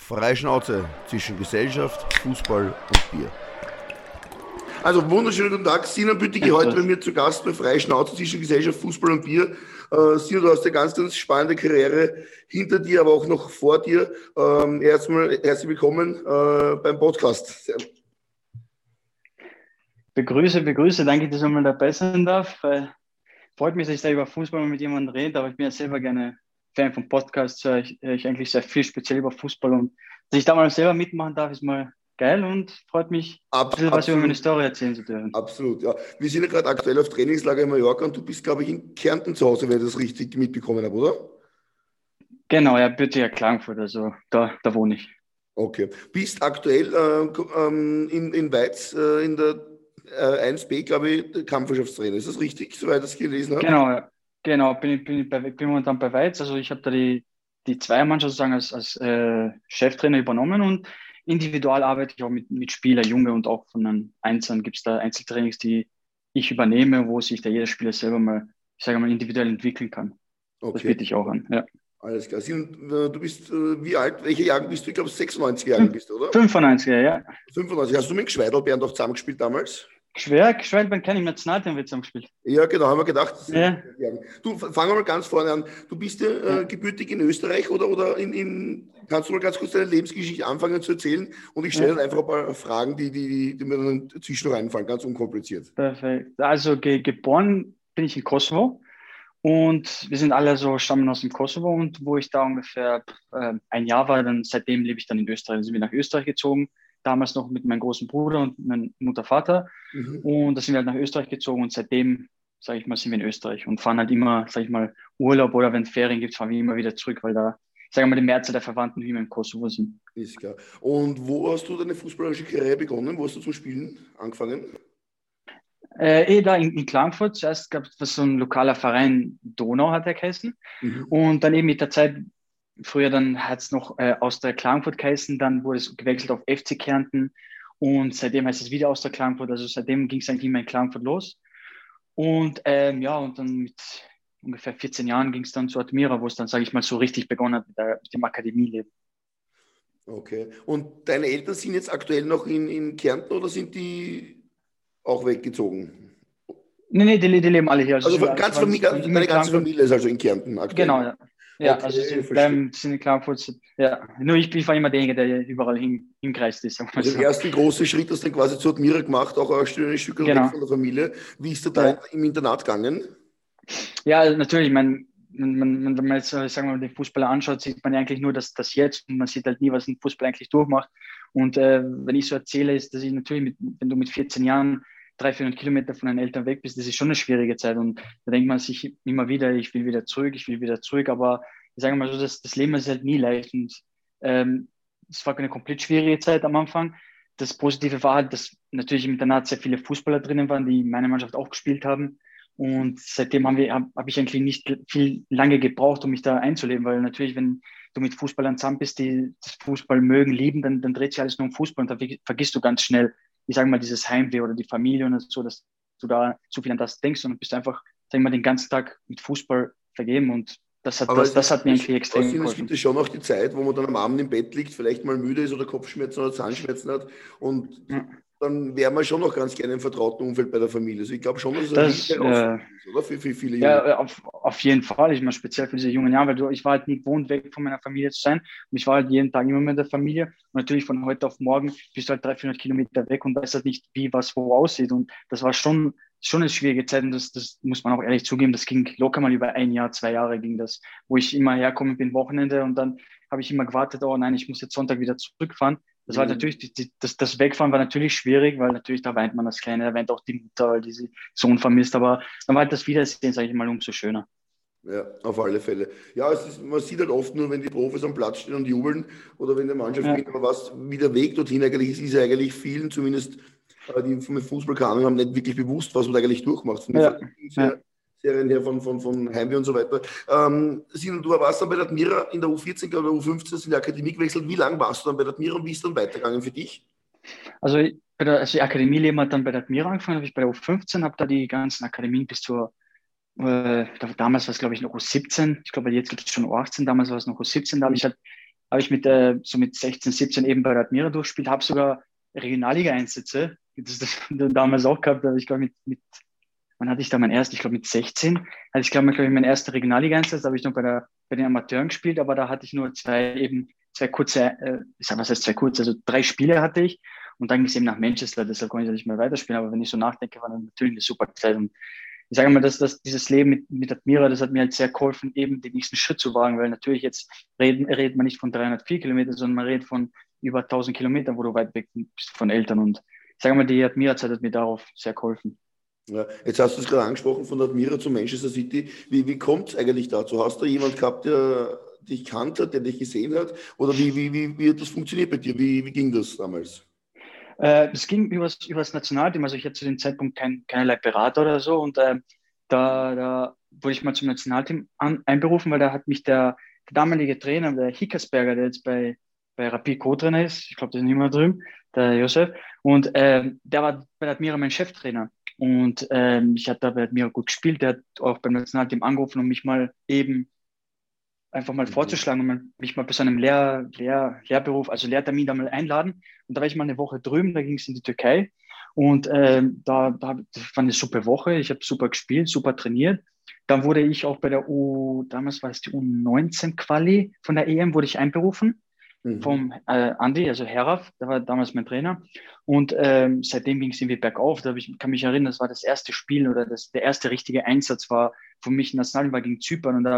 Freie Schnauze zwischen Gesellschaft, Fußball und Bier. Also wunderschönen guten Tag, Sinan Büttige heute bei mir zu Gast bei Freie Schnauze zwischen Gesellschaft, Fußball und Bier. Sinan, du hast eine ganz, ganz spannende Karriere hinter dir, aber auch noch vor dir. Erstmal herzlich willkommen beim Podcast. Begrüße, danke, dass ich mal dabei sein darf. Freut mich, dass ich da über Fußball mit jemandem rede, aber ich bin ja selber gerne Fan von Podcasts, höre ich eigentlich sehr viel, speziell über Fußball, und dass ich da mal selber mitmachen darf, ist mal geil und freut mich, ein bisschen was über meine Story erzählen zu dürfen. Absolut, ja. Wir sind ja gerade aktuell auf Trainingslager in Mallorca und du bist, glaube ich, in Kärnten zu Hause, wenn ich das richtig mitbekommen habe, oder? Genau, ja, bitte ja Klagenfurt, also da wohne ich. Okay. Bist aktuell in Weiz in der 1B, glaube ich, Kampfmannschaftstrainer. Ist das richtig, soweit ich das gelesen habe? Genau, ja. Genau, bin momentan bei Weiz, also ich habe da die Zweiermannschaft sozusagen als Cheftrainer übernommen, und individual arbeite ich auch mit Spieler, Junge, und auch von den Einzelnen gibt es da Einzeltrainings, die ich übernehme, wo sich da jeder Spieler selber mal, ich sage mal, individuell entwickeln kann. Das Okay, biete ich auch an, ja. alles klar. Du bist wie alt? Welcher Jahrgang bist du? Ich glaube, 96 Jahre bist du, oder? 95er, ja. 95. Hast du mit Gschweidelbeeren doch zusammengespielt damals? Schwerbein kann ich im Nationalteam wird zusammengespielt. Ja, genau, haben wir gedacht. Ja, Du, fangen wir mal ganz vorne an. Du bist ja ja. gebürtig in Österreich oder kannst du mal ganz kurz deine Lebensgeschichte anfangen zu erzählen? Und ich stelle Ja. dann einfach ein paar Fragen, die mir dann zwischen reinfallen, ganz unkompliziert. Perfekt. Also geboren bin ich in Kosovo, und wir sind alle so, stammen aus dem Kosovo, und wo ich da ungefähr ein Jahr war, dann seitdem lebe ich dann in Österreich. Dann sind wir nach Österreich gezogen, damals noch mit meinem großen Bruder und meinem Mutter, Vater, Mhm. und da sind wir halt nach Österreich gezogen, und seitdem, sage ich mal, sind wir in Österreich und fahren halt immer, sage ich mal, Urlaub, oder wenn Ferien gibt, fahren wir immer wieder zurück, weil da, ich sage mal, die Mehrzahl der Verwandten wie wir im Kosovo sind. Ist klar. Und wo hast du deine fußballerische Karriere begonnen? Wo hast du zum Spielen angefangen? Da in Klagenfurt, zuerst gab es so ein lokaler Verein, Donau hat er geheißen. Mhm. Und dann eben mit der Zeit, früher dann hat es noch aus der Klagenfurt geheißen, dann wurde es gewechselt auf FC Kärnten, und seitdem heißt es wieder aus der Klagenfurt. Also seitdem ging es eigentlich immer in Klagenfurt los. Und ja, und dann mit ungefähr 14 Jahren ging es dann zu Admira, wo es dann, sage ich mal, so richtig begonnen hat mit dem Akademieleben. Okay. Und deine Eltern sind jetzt aktuell noch in Kärnten oder sind die auch weggezogen? Nee, die leben alle hier. Also Also sie waren immer deine in ganze Klagenfurt. Familie ist also in Kärnten aktuell. Genau, ja. Ja, also Okay, verstehe. sind in Klagenfurt. Ja, nur ich war immer derjenige, der überall hingereist ist, sagen wir mal Also den so. ersten großen Schritt hast du dann quasi zu Admira gemacht, auch ein Stück weg Genau. von der Familie. Wie ist er da Ja, im Internat gegangen? ja, also natürlich, ich meine, wenn man jetzt, sagen wir mal, den Fußballer anschaut, sieht man ja eigentlich nur das Jetzt, und man sieht halt nie, was ein Fußballer eigentlich durchmacht. Und wenn ich so erzähle, ist, dass ich natürlich, wenn du mit 14 Jahren 300, 400 Kilometer von deinen Eltern weg bist, das ist schon eine schwierige Zeit. Und da denkt man sich immer wieder, ich will wieder zurück. Aber ich sage mal so, das Leben ist halt nie leicht. Und ähm, es war eine komplett schwierige Zeit am Anfang. Das Positive war halt, dass natürlich im Internat sehr viele Fußballer drinnen waren, die in meiner Mannschaft auch gespielt haben. Und seitdem hab ich eigentlich nicht viel lange gebraucht, um mich da einzuleben, weil natürlich, wenn du mit Fußballern zusammen bist, die das Fußball mögen, lieben, dann dreht sich alles nur um Fußball, und dann vergisst du ganz schnell, ich sage mal, dieses Heimweh oder die Familie und so, dass du da zu viel an das denkst, und bist einfach, sag ich mal, den ganzen Tag mit Fußball vergeben, und Aber das hat mir eigentlich extrem es gibt geholfen. ja schon noch die Zeit, wo man dann am Abend im Bett liegt, vielleicht mal müde ist oder Kopfschmerzen oder Zahnschmerzen hat. Und Ja. dann wäre man schon noch ganz gerne im vertrauten Umfeld bei der Familie. Also ich glaube schon, dass es eine riesige Das, Herausforderung ist, oder? Für viele Junge. Ja, auf jeden Fall. Ich meine, speziell für diese jungen Jahre, weil ich war halt nie gewohnt, weg von meiner Familie zu sein. Und ich war halt jeden Tag immer mit der Familie. Und natürlich von heute auf morgen bist du halt 300, 400 Kilometer weg und weißt halt nicht, wie was wo aussieht. Und das war schon eine schwierige Zeit. Und das muss man auch ehrlich zugeben. Das ging locker mal über ein Jahr, 2 Jahre ging das, wo ich immer herkommen bin, Wochenende. Und dann habe ich immer gewartet, oh nein, ich muss jetzt Sonntag wieder zurückfahren. Das war Mhm. natürlich, das Wegfahren war natürlich schwierig, weil natürlich da weint man als Kleine, da weint auch die Mutter, weil die sie Sohn vermisst. Aber dann war halt das Wiedersehen, sage ich mal, umso schöner. Ja, auf alle Fälle. Ja, man sieht halt oft nur, wenn die Profis am Platz stehen und jubeln oder wenn die Mannschaft Ja, gewinnt, aber wie der Weg dorthin eigentlich ist ja eigentlich vielen, zumindest die vom Fußball keine Ahnung haben, nicht wirklich bewusst, was man da eigentlich durchmacht. Von den ja, ja. Serien her, von Heimweh und so weiter. Du warst dann bei der Admira in der U14 oder der U15, hast in die Akademie gewechselt. Wie lange warst du dann bei der Admira und wie ist dann weitergegangen für dich? Also die Akademieleben hat dann bei der Admira angefangen, habe ich bei der U15, habe da die ganzen Akademien bis zur, damals war es glaube ich noch U17, ich glaube jetzt gibt es schon U18, damals war es noch U17, da habe ich halt habe ich so mit 16, 17 eben bei der Admira durchgespielt, habe sogar Regionalliga-Einsätze, das damals auch gehabt, aber ich glaube wann hatte ich da ich glaube mit 16, hatte ich glaube ich mein erster Regionalliga-Einsatz, da habe ich noch bei den Amateuren gespielt, aber da hatte ich nur zwei kurze, ich sag, was heißt zwei kurze, also 3 Spiele hatte ich und dann ging es eben nach Manchester, deshalb konnte ich da nicht mehr weiterspielen, aber wenn ich so nachdenke, war das natürlich eine super Zeit und ich sage mal, dass dieses Leben mit Admira, das hat mir halt sehr geholfen, eben den nächsten Schritt zu wagen, weil natürlich jetzt redet man nicht von 304 Kilometern, sondern man redet von über 1000 Kilometern, wo du weit weg bist von Eltern und ich sage mal, die Admira-Zeit hat mir darauf sehr geholfen. Ja, jetzt hast du es gerade angesprochen, von Admira zu Manchester City. Wie kommt es eigentlich dazu? Hast du jemand gehabt, der dich kannte, der dich gesehen hat? Oder wie hat das funktioniert bei dir? Wie ging das damals? Das ging übers Nationalteam, also ich hatte zu dem Zeitpunkt keinerlei Berater oder so und da wurde ich mal zum Nationalteam einberufen, weil da hat mich der damalige Trainer, der Hickersberger, der jetzt bei Rapid Co-Trainer ist, ich glaube, der ist nicht mehr drüben, der Josef, und der war bei der Admira mein Cheftrainer. Und ich hatte da bei Admira gut gespielt, der hat auch beim Nationalteam angerufen, um mich mal eben einfach mal Mhm. vorzuschlagen und mich mal bei so einem Lehrberuf, also Lehrtermin da mal einladen. Und da war ich mal eine Woche drüben, da ging es in die Türkei. Und das war eine super Woche. Ich habe super gespielt, super trainiert. Dann wurde ich auch bei der damals war es die U19-Quali von der EM, wurde ich einberufen Mhm. vom Andi, also Heraf, der war damals mein Trainer. Und seitdem ging es irgendwie bergauf. Kann mich erinnern, das war das erste Spiel oder der erste richtige Einsatz war für mich national war gegen Zypern. Und da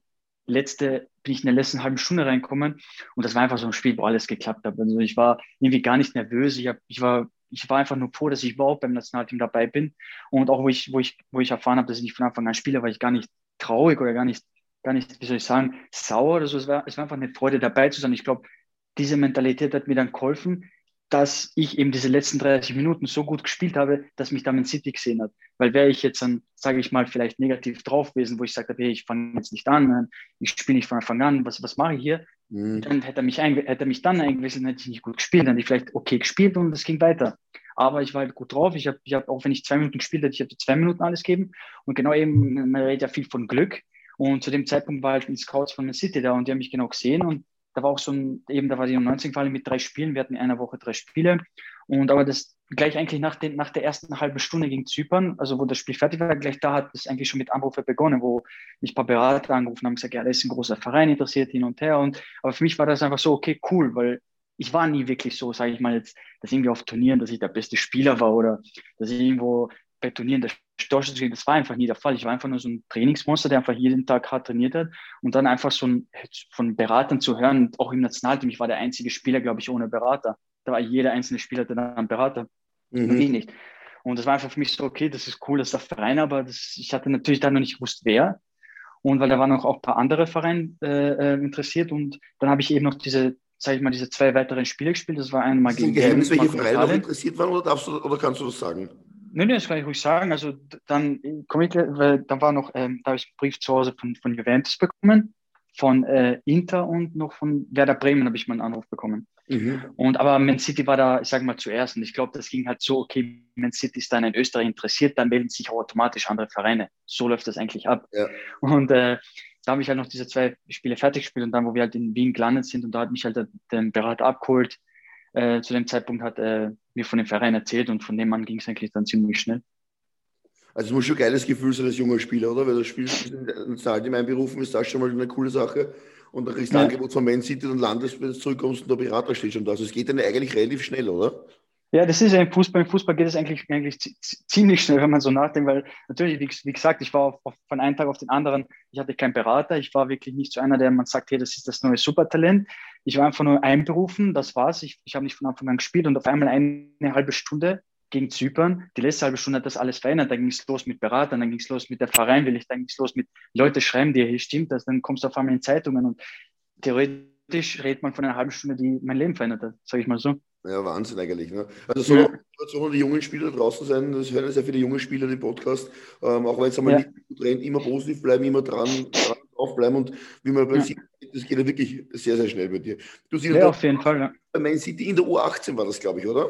bin ich in der letzten halben Stunde reingekommen. Und das war einfach so ein Spiel, wo alles geklappt hat. Also ich war irgendwie gar nicht nervös. Ich war einfach nur froh, dass ich überhaupt beim Nationalteam dabei bin. Und auch wo ich erfahren habe, dass ich nicht von Anfang an spiele, war ich gar nicht traurig oder gar nicht, wie soll ich sagen, sauer oder so. Es war einfach eine Freude dabei zu sein. Ich glaube, diese Mentalität hat mir dann geholfen, dass ich eben diese letzten 30 Minuten so gut gespielt habe, dass mich da Man City gesehen hat. Weil wäre ich jetzt dann, sage ich mal, vielleicht negativ drauf gewesen, wo ich sage, hey, ich fange jetzt nicht an, ich spiele nicht von Anfang an, was mache ich hier? Mhm. Dann hätte er mich dann eingewechselt, dann hätte ich nicht gut gespielt, dann hätte ich vielleicht okay gespielt und es ging weiter. Aber ich war halt gut drauf. Ich hab, auch wenn ich 2 Minuten gespielt hätte, ich habe 2 Minuten alles gegeben. Und genau eben, man redet ja viel von Glück. Und zu dem Zeitpunkt war halt ein Scouts von Man City da und die haben mich genau gesehen und da war auch da war die U19-Quali mit 3 Spielen. Wir hatten in einer Woche 3 Spiele. Und aber das gleich eigentlich nach der ersten halben Stunde gegen Zypern, also wo das Spiel fertig war, gleich da hat es eigentlich schon mit Anrufe begonnen, wo mich ein paar Berater angerufen haben, gesagt, ja, das ist ein großer Verein, interessiert hin und her. Aber für mich war das einfach so, okay, cool, weil ich war nie wirklich so, sage ich mal jetzt, dass irgendwie auf Turnieren, dass ich der beste Spieler war oder dass ich irgendwo bei Turnieren der Torschütze, das war einfach nie der Fall. Ich war einfach nur so ein Trainingsmonster, der einfach jeden Tag hart trainiert hat und dann einfach von Beratern zu hören, auch im Nationalteam, ich war der einzige Spieler, glaube ich, ohne Berater. Da war jeder einzelne Spieler dann einen Berater, nur Mhm. ich nicht. Und das war einfach für mich so, okay, das ist cool, das ist der Verein, aber ich hatte natürlich dann noch nicht gewusst, wer. Und weil da waren auch ein paar andere Vereine interessiert und dann habe ich eben noch sage ich mal, diese 2 weiteren Spiele gespielt. Das war einmal Ist es ein gegen Geheimnis, welche Monaco Vereine noch Italien. interessiert waren, oder oder kannst du das sagen? Nee, das kann ich ruhig sagen. Also dann komme ich, weil da war noch, da habe ich einen Brief zu Hause von Juventus bekommen, von Inter und noch von Werder Bremen habe ich mal einen Anruf bekommen. Mhm. Aber Man City war da, ich sage mal, zuerst. Und ich glaube, das ging halt so, okay, Man City ist dann in Österreich interessiert, dann melden sich auch automatisch andere Vereine. So läuft das eigentlich ab. Ja. Und da habe ich halt noch diese 2 Spiele fertig gespielt und dann, wo wir halt in Wien gelandet sind und da hat mich halt der Berater abgeholt. Zu dem Zeitpunkt hat mir von dem Verein erzählt und von dem an ging es eigentlich dann ziemlich schnell. Also es muss schon ein geiles Gefühl sein als junger Spieler, oder? Weil du spielst in Nationalteam einberufen, ist das schon mal eine coole Sache. Und dann kriegst du ein Ja, Angebot von Man City und landest, wenn du zurückkommst und der Berater steht schon da. Also es geht dann eigentlich relativ schnell, oder? ja, das ist ja im Fußball. Im Fußball geht es eigentlich ziemlich schnell, wenn man so nachdenkt, weil natürlich, wie gesagt, ich war von einem Tag auf den anderen, ich hatte keinen Berater, ich war wirklich nicht so einer, der man sagt, hey, das ist das neue Supertalent. Ich war einfach nur einberufen, das war's. Ich habe nicht von Anfang an gespielt und auf einmal eine halbe Stunde gegen Zypern. Die letzte halbe Stunde hat das alles verändert. Dann ging es los mit Beratern, dann ging es los mit der Verein, will ich, dann ging es los mit Leute schreiben dir, hier stimmt das, dann kommst du auf einmal in Zeitungen und theoretisch redet man von einer halben Stunde, die mein Leben verändert hat, sage ich mal so. Ja, Wahnsinn eigentlich. Ne? Also so Ja, eine Motivation, die jungen Spieler draußen sein, das hören ja sehr viele junge Spieler den Podcast, auch wenn es einmal ja, nicht gut rennt, immer positiv bleiben, immer dran aufbleiben und wie man beim ja. City, das geht ja wirklich sehr, sehr schnell bei dir. Du siehst, Ja, da auf jeden Fall. Ja. bei Man City in der U18 war das, glaube ich, oder?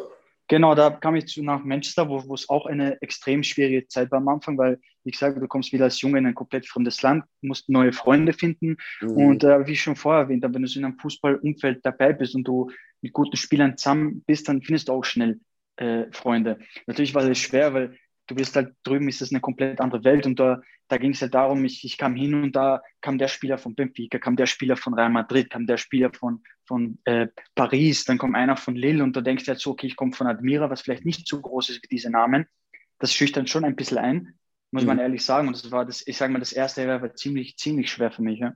Genau, da kam ich nach Manchester, wo es auch eine extrem schwierige Zeit war am Anfang, weil, wie gesagt, du kommst wieder als Junge in ein komplett fremdes Land, musst neue Freunde finden Mhm. und wie ich schon vorher erwähnt habe, wenn du so in einem Fußballumfeld dabei bist und du mit guten Spielern zusammen bist, dann findest du auch schnell Freunde. Natürlich war es schwer, weil du bist halt drüben, ist das eine komplett andere Welt und da ging es halt darum, ich kam hin und da kam der Spieler von Benfica, kam der Spieler von Real Madrid, kam der Spieler von Paris, dann kommt einer von Lille und du denkst jetzt so, okay, ich komme von Admira, was vielleicht nicht so groß ist wie diese Namen. Das schüchtert schon ein bisschen ein, muss man Mhm. ehrlich sagen. Und das war das, ich sage mal, das erste Jahr war ziemlich schwer für mich. Ja.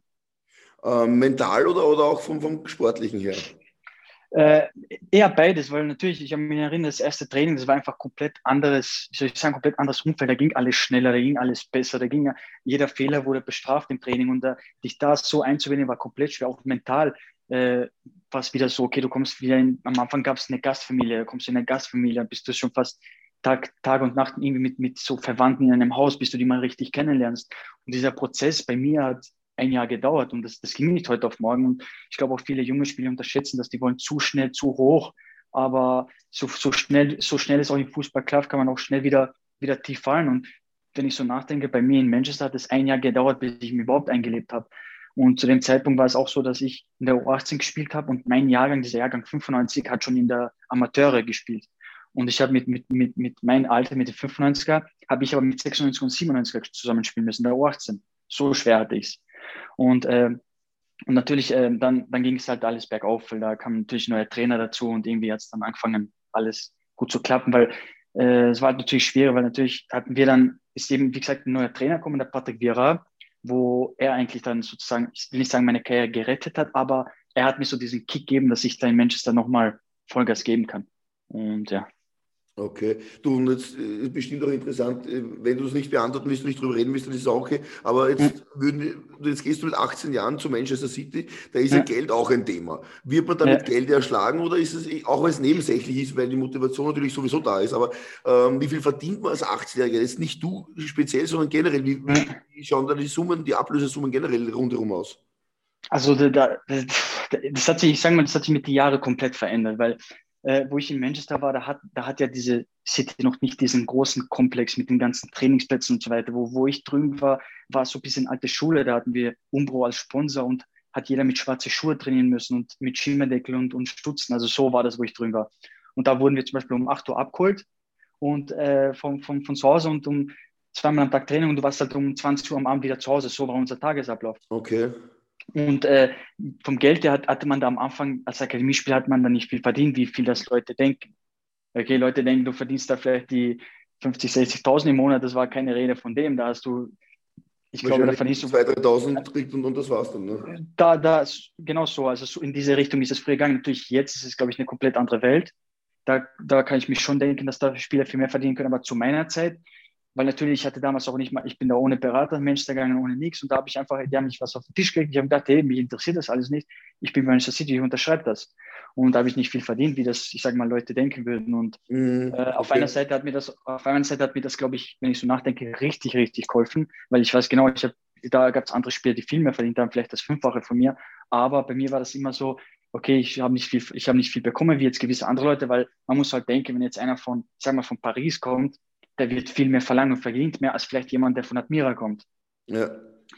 Mental oder auch vom Sportlichen her? Äh, Eher beides, weil natürlich, ich habe mich erinnert, das erste Training, das war einfach komplett anderes, wie soll ich sagen, komplett anderes Umfeld. Da ging alles schneller, da ging alles besser, jeder Fehler wurde bestraft im Training und dich da so einzuwenden, war komplett schwer, auch mental. War es wieder so, okay, du kommst wieder am Anfang gab es eine Gastfamilie, du kommst in eine Gastfamilie, bist du schon fast Tag und Nacht irgendwie mit so Verwandten in einem Haus, bis du die mal richtig kennenlernst. Und dieser Prozess bei mir hat ein Jahr gedauert und das ging nicht heute auf morgen. Und ich glaube auch viele junge Spieler unterschätzen das, die wollen zu schnell, zu hoch. Aber so schnell es auch im Fußball klappt, kann man auch schnell wieder tief fallen. Und wenn ich so nachdenke, bei mir in Manchester hat es ein Jahr gedauert, bis ich mich überhaupt eingelebt habe. Und zu dem Zeitpunkt war es auch so, dass ich in der U18 gespielt habe und mein Jahrgang, dieser Jahrgang 95, hat schon in der Amateure gespielt. Und ich habe mit meinem Alter, mit den 95er, habe ich aber mit 96 und 97er zusammenspielen müssen, der U18. So schwer hatte ich es. Und, äh, und natürlich, dann ging es halt alles bergauf, weil da kamen natürlich neue Trainer dazu und irgendwie hat es dann angefangen, alles gut zu klappen, weil es war halt natürlich schwierig, weil natürlich hatten wir dann, ist eben, wie gesagt, ein neuer Trainer gekommen, der Patrick Vieira, wo er eigentlich dann sozusagen, ich will nicht sagen, meine Karriere gerettet hat, aber er hat mir so diesen Kick gegeben, dass ich da in Manchester nochmal Vollgas geben kann. Und ja. Okay. Du, und jetzt ist bestimmt auch interessant, wenn du es nicht beantworten willst, nicht drüber reden willst, dann ist es auch okay. Aber Ja, jetzt gehst du mit 18 Jahren zu Manchester City, da ist ja ja, Geld auch ein Thema. Wird man ja. damit Geld erschlagen oder ist es, auch wenn es nebensächlich ist, weil die Motivation natürlich sowieso da ist, aber wie viel verdient man als 18-Jähriger? Jetzt nicht du speziell, sondern generell. Ja. Wie schauen da die Summen, die Ablösesummen generell rundherum aus? Also das hat sich, ich sage mal, das hat sich mit den Jahren komplett verändert, weil wo ich in Manchester war, da hat ja diese City noch nicht diesen großen Komplex mit den ganzen Trainingsplätzen und so weiter. Wo ich drüben war so ein bisschen alte Schule, da hatten wir Umbro als Sponsor und hat jeder mit schwarze Schuhe trainieren müssen und mit Schimmerdeckel und Stutzen. Also so war das, wo ich drüben war. Und da wurden wir zum Beispiel um 8 Uhr abgeholt und von zu Hause und um zweimal am Tag Training und du warst halt um 20 Uhr am Abend wieder zu Hause. So war unser Tagesablauf. Okay. Und vom Geld her hatte man da am Anfang, als Akademiespieler hat man da nicht viel verdient, wie viel das Leute denken. Okay, Leute denken, du verdienst da vielleicht die 50, 60.000 im Monat, das war keine Rede von dem. Da hast du, ich glaube, da Wahrscheinlich verdienst du 2.000, 3.000 kriegt und das war's dann. Ne? genau so, also so in diese Richtung ist es früher gegangen. Natürlich jetzt ist es, glaube ich, eine komplett andere Welt. Da kann ich mich schon denken, dass da Spieler viel mehr verdienen können, aber zu meiner Zeit, weil natürlich ich hatte damals auch nicht mal, ich bin da ohne Berater, Mensch gegangen, ohne nichts und da habe ich einfach, die haben mich was auf den Tisch gelegt, ich habe gedacht, hey, mich interessiert das alles nicht, ich bin bei Manchester City, ich unterschreibe das. Und da habe ich nicht viel verdient, wie das, ich sage mal, Leute denken würden. Und Okay. auf einer Seite hat mir das, glaube ich, wenn ich so nachdenke, richtig geholfen, weil ich weiß genau, da gab es andere Spieler, die viel mehr verdient haben, vielleicht das Fünffache von mir. Aber bei mir war das immer so, okay, ich habe nicht viel bekommen, wie jetzt gewisse andere Leute, weil man muss halt denken, wenn jetzt einer von, ich sag mal, von Paris kommt, der wird viel mehr verlangen und verdient mehr als vielleicht jemand, der von Admira kommt. Ja.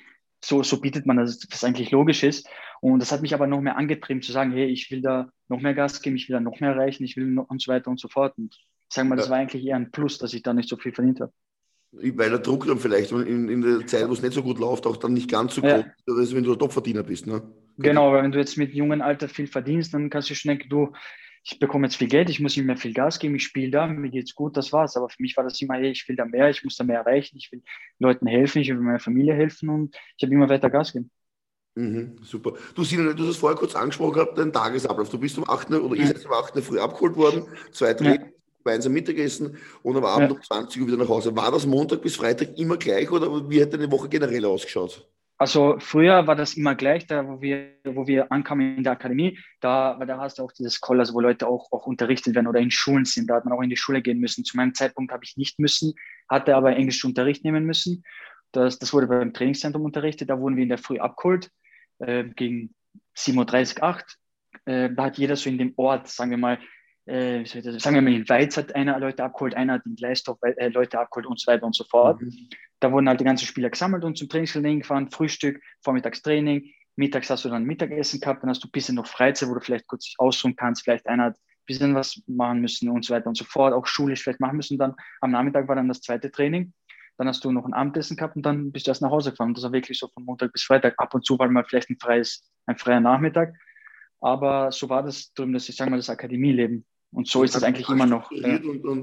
So bietet man das, was eigentlich logisch ist. Und das hat mich aber noch mehr angetrieben zu sagen, hey, ich will da noch mehr Gas geben, ich will da noch mehr erreichen, ich will noch und so weiter und so fort. Und ich sage mal, das Ja. war eigentlich eher ein Plus, dass ich da nicht so viel verdient habe. Weil der Druck dann vielleicht in der Zeit, wo es nicht so gut läuft, auch dann nicht ganz so groß Ja, ist, als wenn du der Topverdiener bist. Ne? Könnte genau, weil wenn du jetzt mit jungen Alter viel verdienst, dann kannst du schon denken, du, ich bekomme jetzt viel Geld, ich muss nicht mehr viel Gas geben, ich spiele da, mir geht's gut, das war's. Aber für mich war das immer, hey, ich will da mehr, ich muss da mehr erreichen, ich will Leuten helfen, ich will meiner Familie helfen und ich habe immer weiter Gas gegeben. super. Du, Sina, du hast es vorher kurz angesprochen gehabt, dein Tagesablauf. Du bist um 8 Uhr oder ihr Ja, seid um 8 Uhr früh abgeholt worden, zwei Trainer, ja, gemeinsam Mittagessen und am Abend ja. um 20 Uhr wieder nach Hause. War das Montag bis Freitag immer gleich oder wie hat deine Woche generell ausgeschaut? Also früher war das immer gleich, da wo wir ankamen in der Akademie, weil da hast du auch dieses Call, also wo Leute auch unterrichtet werden oder in Schulen sind. Da hat man auch in die Schule gehen müssen. Zu meinem Zeitpunkt habe ich nicht müssen, hatte aber englischen Unterricht nehmen müssen. Das wurde beim Trainingszentrum unterrichtet. Da wurden wir in der Früh abgeholt, gegen 7:30 Uhr, 8. Da hat jeder so in dem Ort, sagen wir mal, sagen wir mal, in Weiz hat einer Leute abgeholt, einer hat in Gleisdorf Leute abgeholt und so weiter und so fort. Mhm. Da wurden halt die ganzen Spieler gesammelt und zum Trainingsgelände gefahren, Frühstück, Vormittagstraining, mittags hast du dann Mittagessen gehabt, dann hast du ein bisschen noch Freizeit, wo du vielleicht kurz ausruhen kannst, vielleicht einer hat ein bisschen was machen müssen und so weiter und so fort, auch schulisch vielleicht machen müssen. Dann am Nachmittag war dann das zweite Training, dann hast du noch ein Abendessen gehabt und dann bist du erst nach Hause gefahren. Und das war wirklich so von Montag bis Freitag. Ab und zu war mal vielleicht ein freier Nachmittag, aber so war das drüben, das, ich sage mal, das Akademieleben. Und so ist das eigentlich immer noch. Ja.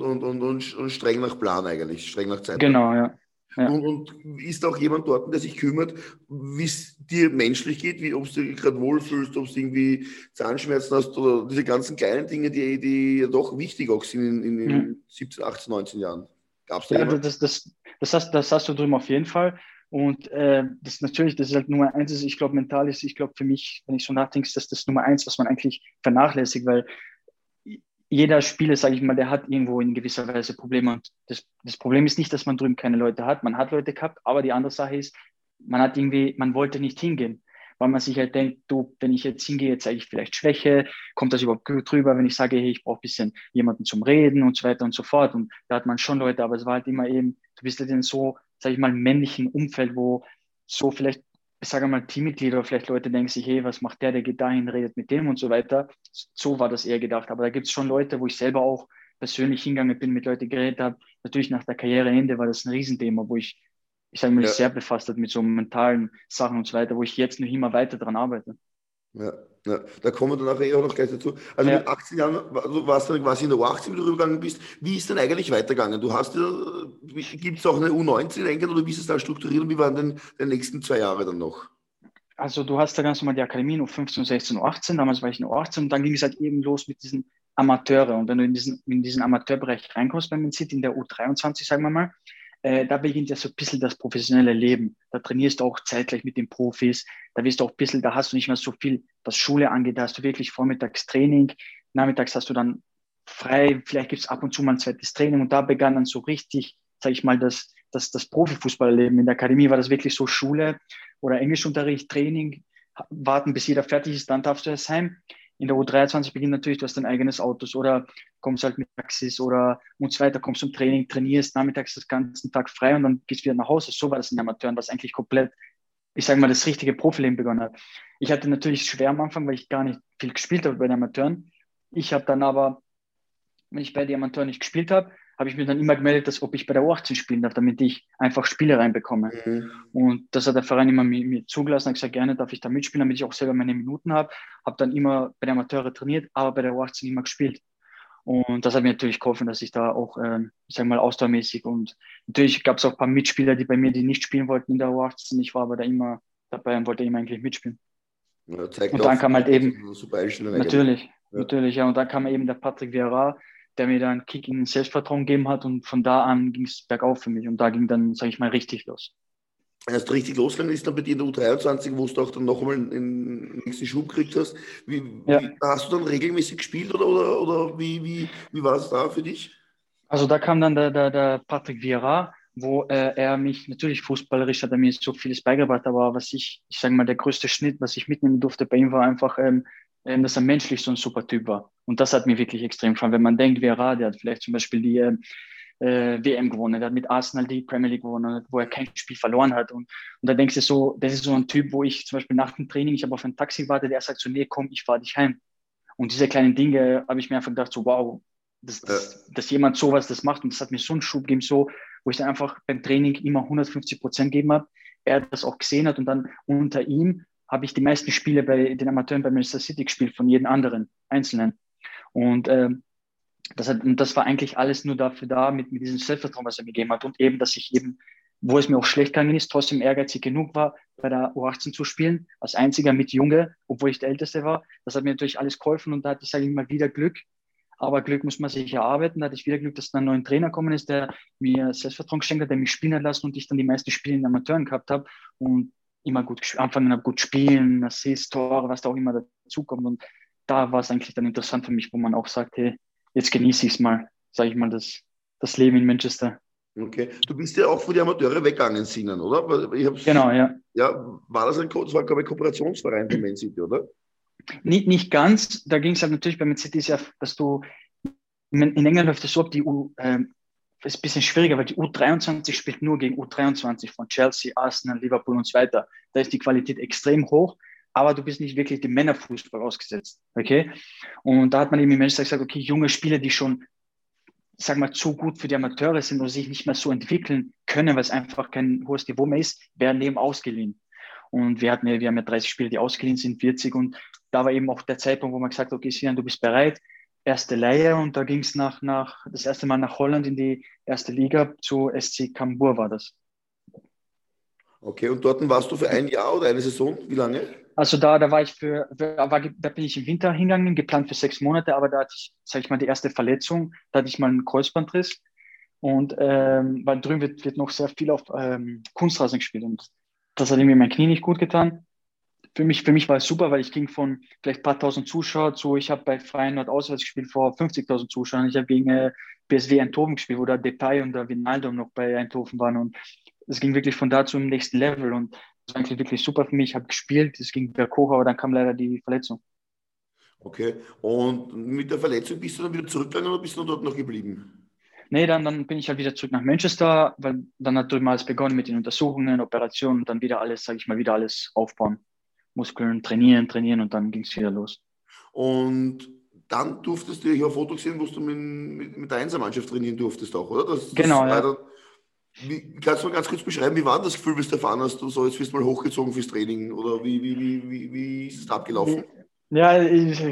Und streng nach Plan eigentlich, streng nach Zeit. Genau, ja. Ja. Und ist auch jemand dort, der sich kümmert, wie es dir menschlich geht, wie ob du dich gerade wohlfühlst, ob du irgendwie Zahnschmerzen hast oder diese ganzen kleinen Dinge, die ja doch wichtig auch sind in 17, 18, 19 Jahren. Gab es da Ja, jemanden? das hast du drüben auf jeden Fall. Und das natürlich, das ist halt Nummer eins, ich glaube, mental ist, ich glaube für mich, wenn ich so nachdenke, ist das Nummer eins, was man eigentlich vernachlässigt, weil jeder Spieler, sage ich mal, der hat irgendwo in gewisser Weise Probleme. Und das Problem ist nicht, dass man drüben keine Leute hat. Man hat Leute gehabt, aber die andere Sache ist, man wollte nicht hingehen, weil man sich halt denkt, du, wenn ich jetzt hingehe, zeige ich vielleicht Schwäche, kommt das überhaupt gut drüber, wenn ich sage, hey, ich brauche ein bisschen jemanden zum Reden und so weiter und so fort. Und da hat man schon Leute, aber es war halt immer eben, du bist halt in so, sage ich mal, männlichen Umfeld, wo so vielleicht, ich sage mal, Teammitglieder oder vielleicht Leute denken sich, hey, was macht der geht dahin, redet mit dem und so weiter. So war das eher gedacht. Aber da gibt es schon Leute, wo ich selber auch persönlich hingegangen bin, mit Leuten geredet habe. Natürlich nach der Karriereende war das ein Riesenthema, wo ich sage mal, Ja. sehr befasst hat mit so mentalen Sachen und so weiter, wo ich jetzt noch immer weiter dran arbeite. Ja, ja, da kommen wir dann nachher auch noch gleich dazu. Also mit Ja, 18 Jahren du warst dann quasi in der U18, wie du rübergegangen bist. Wie ist denn eigentlich weitergegangen? Du hast ja, gibt es auch eine U19 in England oder wie ist es da strukturiert und wie waren denn die nächsten 2 Jahre dann noch? also du hast da ganz normal die Akademien U15, U16, U18, damals war ich in U18 und dann ging es halt eben los mit diesen Amateure. Und wenn du in diesen Amateurbereich reinkommst bei Man City, in der U23, sagen wir mal, da beginnt ja so ein bisschen das professionelle Leben. Da trainierst du auch zeitgleich mit den Profis. Da wirst du auch ein bisschen, da hast du nicht mehr so viel, was Schule angeht. Da hast du wirklich vormittags Training. Nachmittags hast du dann frei. Vielleicht gibt es ab und zu mal ein zweites Training. Und da begann dann so richtig, sage ich mal, das Profifußballleben. In der Akademie war das wirklich so Schule oder Englischunterricht, Training, warten, bis jeder fertig ist, dann darfst du erst heim. In der U23 beginnt natürlich, du hast dein eigenes Autos oder kommst halt mit Taxis oder und so weiter, kommst zum Training, trainierst, nachmittags das ganzen Tag frei und dann gehst wieder nach Hause. So war das in den Amateuren, was eigentlich komplett, ich sage mal, das richtige Profileben begonnen hat. Ich hatte natürlich schwer am Anfang, weil ich gar nicht viel gespielt habe bei den Amateuren. Ich habe dann aber, wenn ich bei den Amateuren nicht gespielt habe, habe ich mir dann immer gemeldet, dass ob ich bei der U18 spielen darf, damit ich einfach Spiele reinbekomme. Mhm. Und das hat der Verein immer mir zugelassen. Hat gesagt, gerne darf ich da mitspielen, damit ich auch selber meine Minuten habe. Habe dann immer bei der Amateure trainiert, aber bei der U18 immer gespielt. Und das hat mir natürlich geholfen, dass ich da auch, ich sage mal, ausdauermäßig und natürlich gab es auch ein paar Mitspieler, die bei mir, die nicht spielen wollten in der U18. Ich war aber da immer dabei und wollte immer eigentlich mitspielen. Ja, zeigt Und auch, dann kam halt eben, eine super Einstellung eigentlich. natürlich, Ja. natürlich, ja, und dann kam eben der Patrick Vieira, der mir dann einen Kick in Selbstvertrauen gegeben hat und von da an ging es bergauf für mich und da ging dann, sage ich mal, richtig los. Erst richtig losgegangen ist dann bei dir in der U23, wo du auch dann noch einmal einen nächsten Schub gekriegt hast. Ja, Hast du dann regelmäßig gespielt oder wie war es da für dich? also da kam dann der Patrick Vieira, wo er mich natürlich fußballerisch hat er mir so vieles beigebracht, aber was ich sage mal, der größte Schnitt, was ich mitnehmen durfte bei ihm, war einfach, dass er menschlich so ein super Typ war. Und das hat mir wirklich extrem gefallen. Wenn man denkt, Vieira, der hat vielleicht zum Beispiel die WM gewonnen, der hat mit Arsenal die Premier League gewonnen, wo er kein Spiel verloren hat. Und da denkst du so, das ist so ein Typ, wo ich zum Beispiel nach dem Training, ich habe auf ein Taxi gewartet, der sagt so, nee, komm, ich fahre dich heim. Und diese kleinen Dinge habe ich mir einfach gedacht, so wow, dass jemand sowas das macht. Und das hat mir so einen Schub gegeben, so, wo ich dann einfach beim Training immer 150% gegeben habe. Er das auch gesehen hat und dann unter ihm habe ich die meisten Spiele bei den Amateuren bei Manchester City gespielt, von jedem anderen Einzelnen. Und das war eigentlich alles nur dafür da, mit diesem Selbstvertrauen, was er mir gegeben hat. Und eben, dass ich eben, wo es mir auch schlecht gegangen ist, trotzdem ehrgeizig genug war, bei der U18 zu spielen, als einziger mit Junge, obwohl ich der Älteste war. Das hat mir natürlich alles geholfen und da hatte ich, sage ich mal, wieder Glück. Aber Glück muss man sich erarbeiten. Da hatte ich wieder Glück, dass dann ein neuer Trainer gekommen ist, der mir Selbstvertrauen geschenkt hat, der mich spielen hat lassen und ich dann die meisten Spiele in den Amateuren gehabt habe und immer gut anfangen habe, gut spielen, Assists, Tore, was da auch immer dazukommt. Und da war es eigentlich dann interessant für mich, wo man auch sagt, hey, jetzt genieße ich es mal, sage ich mal, das Leben in Manchester. Okay. Du bist ja auch von den Amateure weggegangen, Sinan, oder? Weil Genau, ja. ja, war das das war, glaube ich, ein Kooperationsverein von Man City, oder? Nicht ganz. Da ging es halt natürlich bei Man City ist ja, dass du in England läuft es so ab, ist ein bisschen schwieriger, weil die U23 spielt nur gegen U23 von Chelsea, Arsenal, Liverpool und so weiter. Da ist die Qualität extrem hoch, aber du bist nicht wirklich dem Männerfußball ausgesetzt. Okay? Und da hat man eben im Manchester gesagt, okay, junge Spieler, die schon, sag mal, zu gut für die Amateure sind oder sich nicht mehr so entwickeln können, weil es einfach kein hohes Niveau mehr ist, werden eben ausgeliehen. Und wir haben ja 30 Spieler, die ausgeliehen sind, 40. Und da war eben auch der Zeitpunkt, wo man gesagt hat, okay, Sinan, du bist bereit. Erste Leihe und da ging es das erste Mal nach Holland in die erste Liga zu SC Cambuur war das. Okay, und dort warst du für ein Jahr oder eine Saison? Wie lange? Also da war ich da bin ich im Winter hingegangen, geplant für 6 Monate, aber da hatte ich, sag ich mal, die erste Verletzung. Da hatte ich mal einen Kreuzbandriss und weil drüben wird noch sehr viel auf Kunstrasen gespielt und das hat irgendwie mein Knie nicht gut getan. Für mich war es super, weil ich ging von vielleicht ein paar tausend Zuschauern zu, ich habe bei Feyenoord auswärts gespielt vor 50.000 Zuschauern. Ich habe gegen PSV Eindhoven gespielt, wo der Depay und der Wijnaldum noch bei Eindhoven waren und es ging wirklich von da zum nächsten Level und das war eigentlich wirklich super für mich. Ich habe gespielt, es ging berghoch, aber dann kam leider die Verletzung. Okay, und mit der Verletzung bist du dann wieder zurückgegangen oder bist du dort noch geblieben? Nee, dann bin ich halt wieder zurück nach Manchester, weil dann hat drüben alles begonnen mit den Untersuchungen, Operationen und dann wieder alles, sage ich mal, wieder alles aufbauen. Muskeln trainieren und dann ging es wieder los. Und dann durftest du, ich habe Fotos gesehen, wo du mit der Einsermannschaft trainieren durftest auch, oder? Das Genau, war ja. dann, kannst du mal ganz kurz beschreiben, wie war das Gefühl, bis du erfahren hast, du so, jetzt wirst du mal hochgezogen fürs Training oder wie ist es abgelaufen? Ja,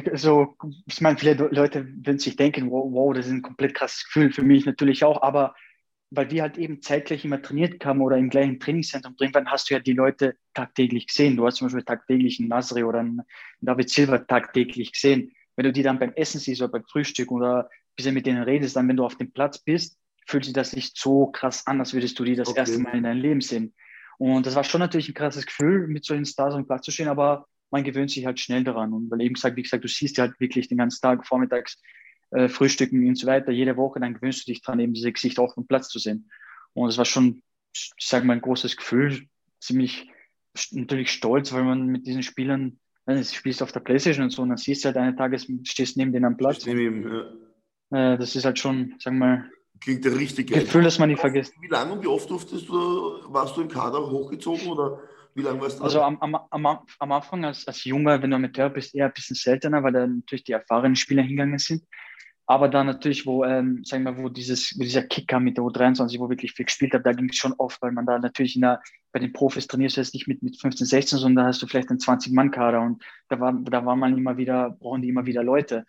ich meine, viele Leute würden sich denken, wow, das ist ein komplett krasses Gefühl, für mich natürlich auch, aber weil wir halt eben zeitgleich immer trainiert haben oder im gleichen Trainingszentrum drin waren, hast du ja die Leute tagtäglich gesehen. Du hast zum Beispiel tagtäglich einen Nasri oder einen David Silva tagtäglich gesehen. Wenn du die dann beim Essen siehst oder beim Frühstück oder ein bisschen mit denen redest, dann, wenn du auf dem Platz bist, fühlt sich das nicht so krass an, als würdest du die das erste Okay. Mal in deinem Leben sehen. Und das war schon natürlich ein krasses Gefühl, mit solchen Stars am Platz zu stehen, aber man gewöhnt sich halt schnell daran. Und weil eben gesagt, wie gesagt, du siehst ja halt wirklich den ganzen Tag vormittags Frühstücken und so weiter, jede Woche, dann gewöhnst du dich dran, eben diese Gesichter auf dem Platz zu sehen. Und es war schon, ich sage mal, ein großes Gefühl, ziemlich natürlich stolz, weil man mit diesen Spielern, wenn du spielst auf der Playstation und so, und dann siehst du halt eines Tages, stehst neben denen am Stehst Platz neben und ihm, ja. das ist halt schon, sagen wir mal, Klingt ja richtig geil. Gefühl, das man nicht vergisst. Wie lange und wie oft warst du im Kader hochgezogen oder wie lange warst du Also dabei? am Anfang als Junger, wenn du Amateur bist, eher ein bisschen seltener, weil da natürlich die erfahrenen Spieler hingegangen sind. Aber dann natürlich, sagen wir, wo dieser Kick kam mit der U23, wo wirklich viel gespielt habe, da ging es schon oft, weil man da natürlich bei den Profis trainierst du jetzt nicht mit 15, 16, sondern da hast du vielleicht einen 20-Mann-Kader und da war man immer wieder, brauchen die immer wieder Leute.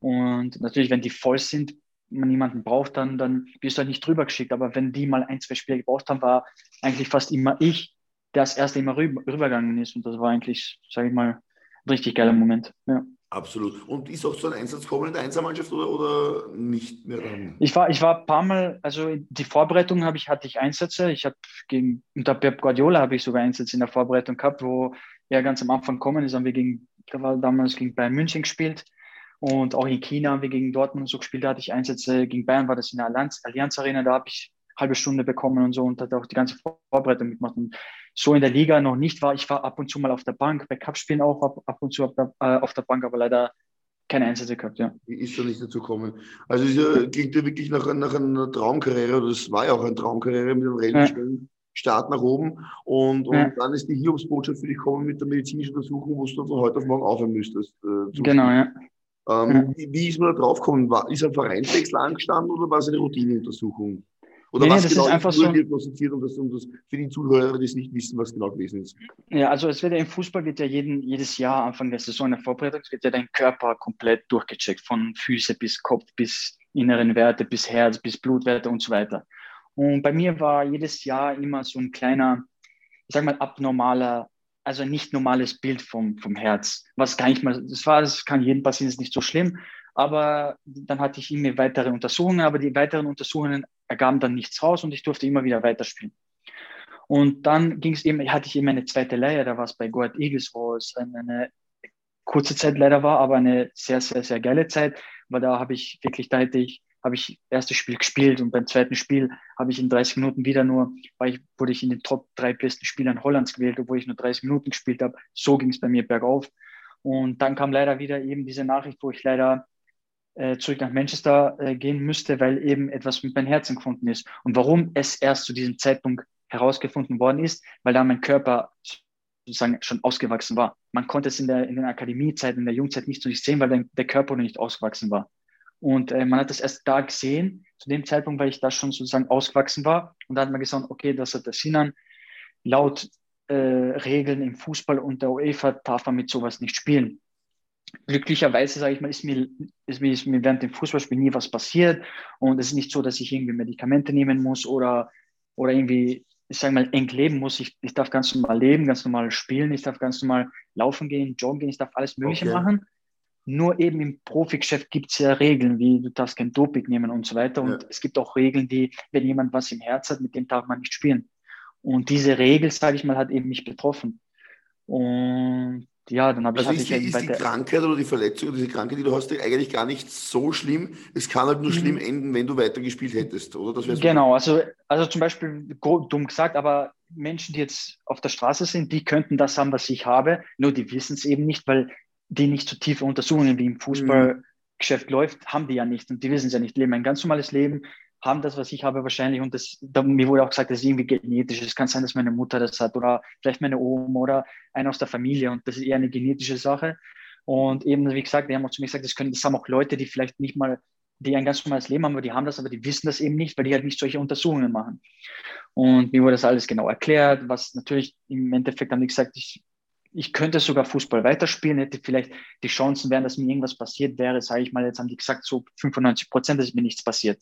Und natürlich, wenn die voll sind, man niemanden braucht, dann wirst du halt nicht drüber geschickt. Aber wenn die mal ein, zwei Spieler gebraucht haben, war eigentlich fast immer ich, der als erster immer rübergegangen ist. Und das war eigentlich, sage ich mal, ein richtig geiler Moment. Ja. Absolut. Und ist auch zu einem Einsatz gekommen in der Einzelmannschaft oder nicht mehr dann? Ich war ein paar Mal, also die Vorbereitung hatte ich Einsätze. Ich habe unter Pep Guardiola habe ich sogar Einsätze in der Vorbereitung gehabt, wo er ganz am Anfang gekommen ist, haben wir da war damals gegen Bayern München gespielt und auch in China haben wir gegen Dortmund und so gespielt, da hatte ich Einsätze, gegen Bayern war das in der Allianz Arena, da habe ich halbe Stunde bekommen und so und hatte auch die ganze Vorbereitung mitgemacht. Und so in der Liga noch nicht ich war ab und zu mal auf der Bank, bei Cup-Spielen auch ab und zu auf der Bank, aber leider keine Einsätze gehabt, ja. Ist da nicht dazu gekommen. Also es ist ja, klingt ja wirklich nach einer Traumkarriere, oder das war ja auch eine Traumkarriere mit einem relativ Ja, schnellen Start nach oben. Und ja, dann ist die Hiobsbotschaft für dich gekommen mit der medizinischen Untersuchung, wo du dann von heute auf morgen aufhören müsstest zum genau, Spiel. ja. Ja. Wie ist man da drauf gekommen? Ist ein Vereinswechsel angestanden oder war es eine Routineuntersuchung? Oder Nee, nee, was das ist genau ist einfach nur so. diagnostiziert, um das für die Zuhörer, die es nicht wissen, was genau gewesen ist? Ja, also es wird ja im Fußball wird ja jedes Jahr Anfang der Saison in der Vorbereitung wird ja dein Körper komplett durchgecheckt, von Füße bis Kopf, bis inneren Werte, bis Herz, bis Blutwerte und so weiter. Und bei mir war jedes Jahr immer so ein kleiner, ich sag mal, abnormaler, also nicht normales Bild vom Herz. Was gar nicht mal, das kann jedem passieren, ist nicht so schlimm. Aber dann hatte ich immer weitere Untersuchungen, aber die weiteren Untersuchungen ergaben dann nichts raus und ich durfte immer wieder weiterspielen. Und dann hatte ich eben eine zweite Leihe, da war es bei Go Ahead Eagles, wo es eine kurze Zeit leider war, aber eine sehr, sehr, sehr geile Zeit, weil da habe ich erstes Spiel gespielt und beim zweiten Spiel habe ich in 30 Minuten wieder nur, wurde ich in den Top 3 besten Spielern Hollands gewählt, obwohl ich nur 30 Minuten gespielt habe. So ging es bei mir bergauf. Und dann kam leider wieder eben diese Nachricht, wo ich leider zurück nach Manchester gehen müsste, weil eben etwas mit meinem Herzen gefunden ist. Und warum es erst zu diesem Zeitpunkt herausgefunden worden ist, weil da mein Körper sozusagen schon ausgewachsen war. Man konnte es in der Akademiezeit, in der Jungzeit nicht so nicht sehen, weil der Körper noch nicht ausgewachsen war. Und man hat das erst da gesehen, zu dem Zeitpunkt, weil ich da schon sozusagen ausgewachsen war. Und da hat man gesagt, okay, das hat der Sinan. Laut Regeln im Fußball und der UEFA darf man mit sowas nicht spielen. Glücklicherweise, sage ich mal, ist mir während dem Fußballspiel nie was passiert. Und es ist nicht so, dass ich irgendwie Medikamente nehmen muss oder irgendwie, ich sage mal, eng leben muss. Ich darf ganz normal leben, ganz normal spielen. Ich darf ganz normal laufen gehen, joggen gehen. Ich darf alles Mögliche Okay. machen. Nur eben im Profigeschäft gibt es ja Regeln, wie du darfst kein Doping nehmen und so weiter. Und Ja. es gibt auch Regeln, die, wenn jemand was im Herz hat, mit dem darf man nicht spielen. Und diese Regel, sage ich mal, hat eben mich betroffen. Und ja, Also hatte ich eben ist bei die der, Krankheit oder die Verletzung oder diese Krankheit, die du hast, eigentlich gar nicht so schlimm. Es kann halt nur schlimm enden, wenn du weiter gespielt hättest, oder? Das wäre so. genau, also zum Beispiel, dumm gesagt, aber Menschen, die jetzt auf der Straße sind, die könnten das haben, was ich habe, nur die wissen es eben nicht, weil die nicht so tiefe Untersuchungen wie im Mhm. Fußballgeschäft läuft, haben die ja nicht und die wissen es ja nicht, leben ein ganz normales Leben, haben das, was ich habe wahrscheinlich und mir wurde auch gesagt, das ist irgendwie genetisch, es kann sein, dass meine Mutter das hat oder vielleicht meine Oma oder einer aus der Familie und das ist eher eine genetische Sache und eben, wie gesagt, die haben auch zu mir gesagt, das haben auch Leute, die vielleicht nicht mal die ein ganz normales Leben haben, aber die haben das, aber die wissen das eben nicht, weil die halt nicht solche Untersuchungen machen. Und mir wurde das alles genau erklärt, was natürlich im Endeffekt haben die gesagt, ich könnte sogar Fußball weiterspielen, hätte vielleicht die Chancen wären, dass mir irgendwas passiert wäre, sage ich mal, jetzt haben die gesagt, so 95%, dass mir nichts passiert.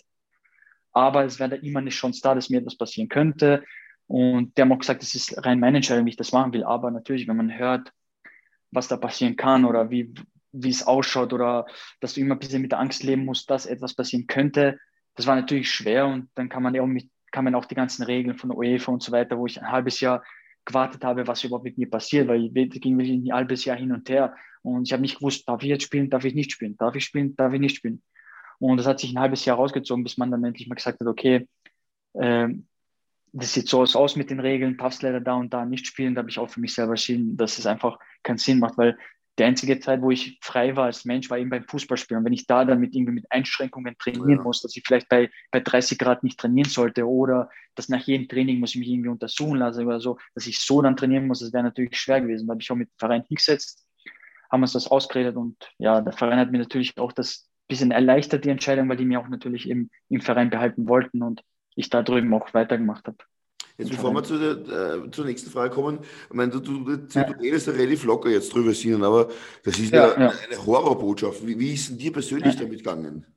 Aber es wäre da immer eine Chance da, dass mir etwas passieren könnte. Und die haben auch gesagt, es ist rein meine Entscheidung, wie ich das machen will. Aber natürlich, wenn man hört, was da passieren kann oder wie es ausschaut oder dass du immer ein bisschen mit der Angst leben musst, dass etwas passieren könnte. Das war natürlich schwer und dann kann man auch die ganzen Regeln von der UEFA und so weiter, wo ich ein halbes Jahr gewartet habe, was überhaupt mit mir passiert, weil es ging wirklich ein halbes Jahr hin und her und ich habe nicht gewusst, darf ich jetzt spielen, darf ich nicht spielen, darf ich spielen, darf ich nicht spielen. Und das hat sich ein halbes Jahr rausgezogen, bis man dann endlich mal gesagt hat, okay, ähm, das sieht so aus mit den Regeln, darfst leider da und da nicht spielen. Da habe ich auch für mich selber entschieden, dass es einfach keinen Sinn macht, weil die einzige Zeit, wo ich frei war als Mensch, war eben beim Fußballspielen. Und wenn ich da dann mit Einschränkungen trainieren Ja. muss, dass ich vielleicht bei 30 Grad nicht trainieren sollte oder dass nach jedem Training muss ich mich irgendwie untersuchen lassen oder so, dass ich so dann trainieren muss, das wäre natürlich schwer gewesen. Da habe ich auch mit dem Verein hingesetzt, haben uns das ausgeredet und ja, der Verein hat mir natürlich auch das bisschen erleichtert, die Entscheidung, weil die mir auch natürlich im Verein behalten wollten und ich da drüben auch weitergemacht habe Jetzt, im bevor wir Verein. zur nächsten Frage kommen, ich meine, du Ja, redest ja relativ locker jetzt drüber, Sinan, aber das ist ja ja, ja. eine Horrorbotschaft. Wie ist denn dir persönlich Ja. damit gegangen?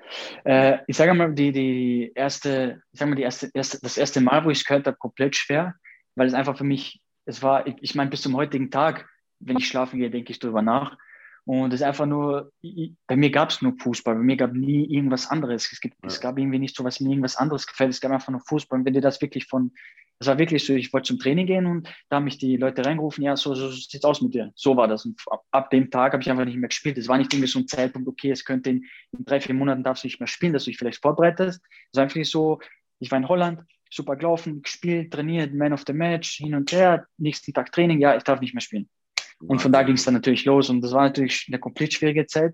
Ich sage mal, die erste, ich sage mal, das erste Mal, wo ich es gehört habe, komplett schwer, weil es einfach für mich, es war, ich meine, bis zum heutigen Tag, wenn ich schlafen gehe, denke ich drüber nach. Und es ist einfach nur, bei mir gab es nur Fußball, bei mir gab nie irgendwas anderes. Es Ja. gab irgendwie nicht so, was mir irgendwas anderes gefällt. Es gab einfach nur Fußball. Und wenn dir das wirklich das war wirklich so, ich wollte zum Training gehen und da haben mich die Leute reingerufen, ja, so sieht's aus mit dir. So war das. Und ab dem Tag habe ich einfach nicht mehr gespielt. Es war nicht irgendwie so ein Zeitpunkt, okay, es könnte in 3, 4 Monaten darfst du nicht mehr spielen, dass du dich vielleicht vorbereitest. Es war einfach so, ich war in Holland, super gelaufen, gespielt, trainiert, Man of the Match, hin und her, nächsten Tag Training, ja, ich darf nicht mehr spielen. Und von da ging es Wahnsinn. dann natürlich los und das war natürlich eine komplett schwierige Zeit.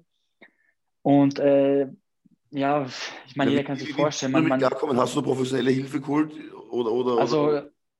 Und ja, ich meine, Ja, jeder kann sich wie bist vorstellen, du damit klarkommen? Hast du professionelle Hilfe geholt? Oder? also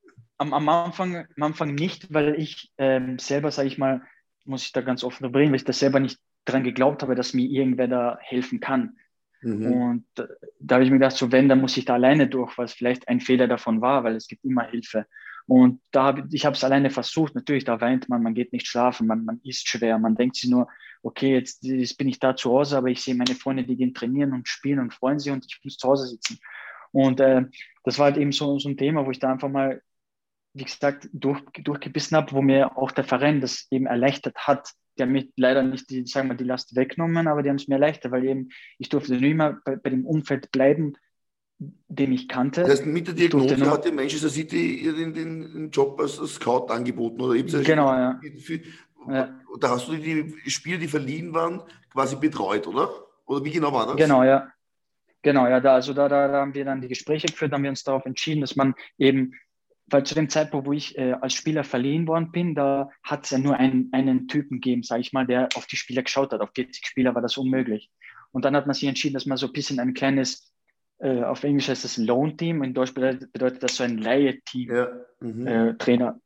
am Anfang nicht, weil ich selber, sage ich mal, muss ich da ganz offen drüber reden, weil ich das selber nicht dran geglaubt habe, dass mir irgendwer da helfen kann. Mhm. Und da habe ich mir gedacht, so wenn, dann muss ich da alleine durch, was vielleicht ein Fehler davon war, weil es gibt immer Hilfe. Und ich habe es alleine versucht. Natürlich, da weint man, man geht nicht schlafen, man isst schwer, man denkt sich nur, okay, jetzt bin ich da zu Hause, aber ich sehe meine Freunde, die gehen trainieren und spielen und freuen sich und ich muss zu Hause sitzen. Und das war halt eben so ein Thema, wo ich da einfach mal, wie gesagt, durchgebissen habe, wo mir auch der Verein das eben erleichtert hat. Die haben mir leider nicht sagen wir, die Last weggenommen, aber die haben es mir erleichtert, weil eben ich durfte nicht immer bei dem Umfeld bleiben, dem ich Das kannte. heißt, mit der Ich durfte Diagnose hat nur, dir Manchester City den Job als Scout angeboten, oder eben genau, ja, ja, da hast du die Spieler, die verliehen waren, quasi betreut, oder? Oder wie genau war das? genau, ja. Genau, ja, da haben wir dann die Gespräche geführt, haben wir uns darauf entschieden, dass man eben, weil zu dem Zeitpunkt, wo ich als Spieler verliehen worden bin, da hat es ja nur einen Typen gegeben, sage ich mal, der auf die Spieler geschaut hat. Auf 40 Spieler war das unmöglich. Und dann hat man sich entschieden, dass man so ein bisschen ein kleines, auf Englisch heißt das Loan-Team, in Deutsch bedeutet das so ein Laie-Team, Ja. Trainer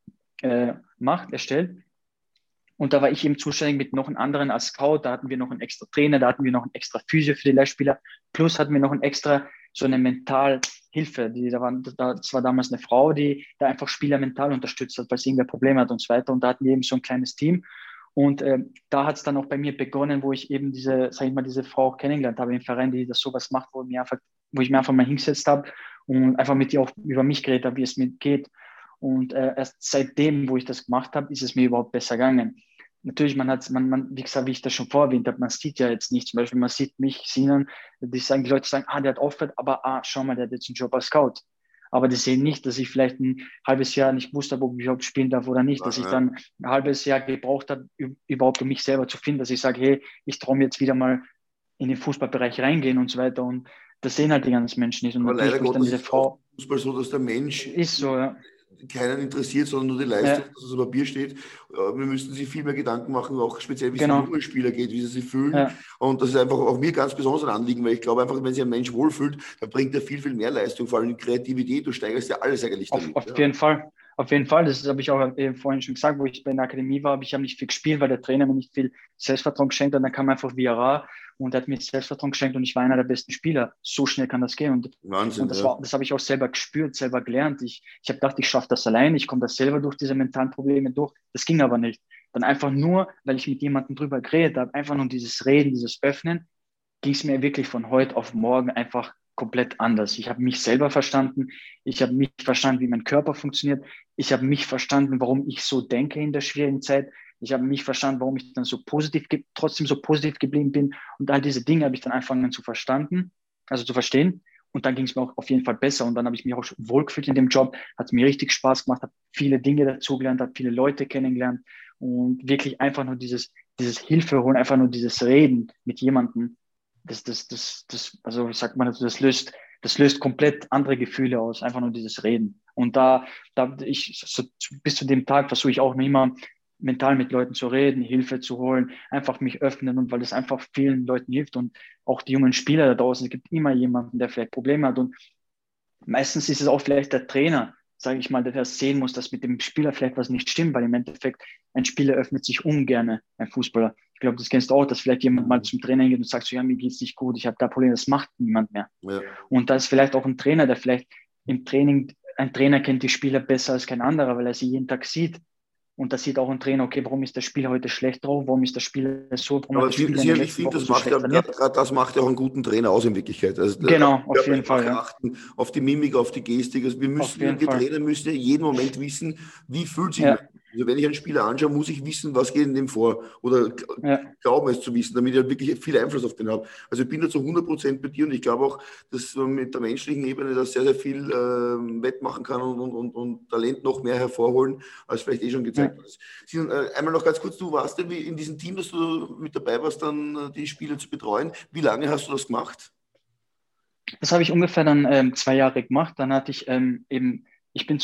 erstellt. Und da war ich eben zuständig mit noch einem anderen als Scout. Da hatten wir noch einen extra Trainer, da hatten wir noch einen extra Physio für die Leihspieler. Plus hatten wir noch einen extra so eine Mentalhilfe. Das war damals eine Frau, die da einfach Spieler mental unterstützt hat, falls irgendwer Probleme hat und so weiter. Und da hatten wir eben so ein kleines Team. Und da hat es dann auch bei mir begonnen, wo ich eben diese Frau auch kennengelernt habe im Verein, die das sowas macht, wo ich mir einfach mal hingesetzt habe und einfach mit ihr auch über mich geredet habe, wie es mir geht. Und erst seitdem, wo ich das gemacht habe, ist es mir überhaupt besser gegangen. Natürlich, wie gesagt, wie ich das schon vorerwähnt habe, man sieht ja jetzt nicht, zum Beispiel, man sieht mich, Sinan, die Leute sagen, der hat aufgehört, aber schau mal, der hat jetzt einen Job als Scout. Aber die sehen nicht, dass ich vielleicht ein halbes Jahr nicht wusste, ob ich überhaupt spielen darf oder nicht, dass ich dann ein halbes Jahr gebraucht habe, überhaupt um mich selber zu finden, dass ich sage, hey, ich traue mir jetzt wieder mal in den Fußballbereich reingehen und so weiter. Und das sehen halt die ganzen Menschen nicht. Und Aber natürlich, leider wo ich dann Gottes diese ist es auch Frau, im Fußball so, dass der Mensch ist so, ja. keinen interessiert, sondern nur die Leistung, Ja, dass es auf Papier steht. Wir müssten sich viel mehr Gedanken machen, auch speziell, wie es den genau. jungen Spieler geht, wie sie sich fühlen. Ja. Und das ist einfach auch mir ganz besonders ein Anliegen, weil ich glaube einfach, wenn sich ein Mensch wohlfühlt, dann bringt er viel, viel mehr Leistung, vor allem in Kreativität. Du steigerst ja alles eigentlich damit. Auf jeden Fall. Auf jeden Fall. Das habe ich auch vorhin schon gesagt, wo ich bei der Akademie war, aber ich habe nicht viel gespielt, weil der Trainer mir nicht viel Selbstvertrauen geschenkt hat. Und dann kam einfach Viera und er hat mir Selbstvertrauen geschenkt und ich war einer der besten Spieler. So schnell kann das gehen. Und Wahnsinn, ja. das habe ich auch selber gespürt, selber gelernt. Ich habe gedacht, ich schaffe das allein, ich komme das selber durch diese mentalen Probleme durch. Das ging aber nicht. Dann einfach nur, weil ich mit jemandem drüber geredet habe, einfach nur dieses Reden, dieses Öffnen, ging es mir wirklich von heute auf morgen einfach komplett anders. Ich habe mich selber verstanden. Ich habe mich verstanden, wie mein Körper funktioniert. Ich habe mich verstanden, warum ich so denke in der schwierigen Zeit. Ich habe mich verstanden, warum ich dann trotzdem so positiv geblieben bin. Und all diese Dinge habe ich dann angefangen zu verstehen. Und dann ging es mir auch auf jeden Fall besser. Und dann habe ich mich auch wohlgefühlt in dem Job. Hat mir richtig Spaß gemacht, habe viele Dinge dazugelernt, habe viele Leute kennengelernt. Und wirklich einfach nur dieses Hilfe holen, einfach nur dieses Reden mit jemandem. Also ich sag mal, das löst komplett andere Gefühle aus, einfach nur dieses Reden. Und bis zu dem Tag versuche ich auch noch immer mental mit Leuten zu reden, Hilfe zu holen, einfach mich öffnen und weil das einfach vielen Leuten hilft und auch die jungen Spieler da draußen, es gibt immer jemanden, der vielleicht Probleme hat und meistens ist es auch vielleicht der Trainer, sage ich mal, der das sehen muss, dass mit dem Spieler vielleicht was nicht stimmt, weil im Endeffekt ein Spieler öffnet sich ungern, ein Fußballer. Ich glaube, das kennst du auch, dass vielleicht jemand mal zum Trainer geht und sagt so, ja, mir geht's nicht gut, ich habe da Probleme, das macht niemand mehr. Ja. Und da ist vielleicht auch ein Trainer, der vielleicht im Training, ein Trainer kennt die Spieler besser als kein anderer, weil er sie jeden Tag sieht. Und da sieht auch ein Trainer, okay, warum ist der Spieler heute schlecht drauf, warum ist der Spieler so, warum Aber hat der Spieler in der sicherlich letzten finde, Woche so schlecht trainiert. das macht ja auch einen guten Trainer aus in Wirklichkeit. Also Genau, auf jeden Fall. Ja. achten, auf die Mimik, auf die Gestik. Also wir Trainer müssen ja jeden Moment wissen, wie fühlt sich Ja. Also wenn ich einen Spieler anschaue, muss ich wissen, was geht in dem vor oder glauben es zu wissen, damit ich halt wirklich viel Einfluss auf den habe. Also ich bin da zu 100% bei dir und ich glaube auch, dass man mit der menschlichen Ebene da sehr, sehr viel wettmachen kann und Talent noch mehr hervorholen, als vielleicht schon gezeigt wird. Einmal noch ganz kurz, du warst ja in diesem Team, dass du mit dabei warst, dann die Spieler zu betreuen. Wie lange hast du das gemacht? Das habe ich ungefähr dann 2 Jahre gemacht. Dann hatte ich ich bin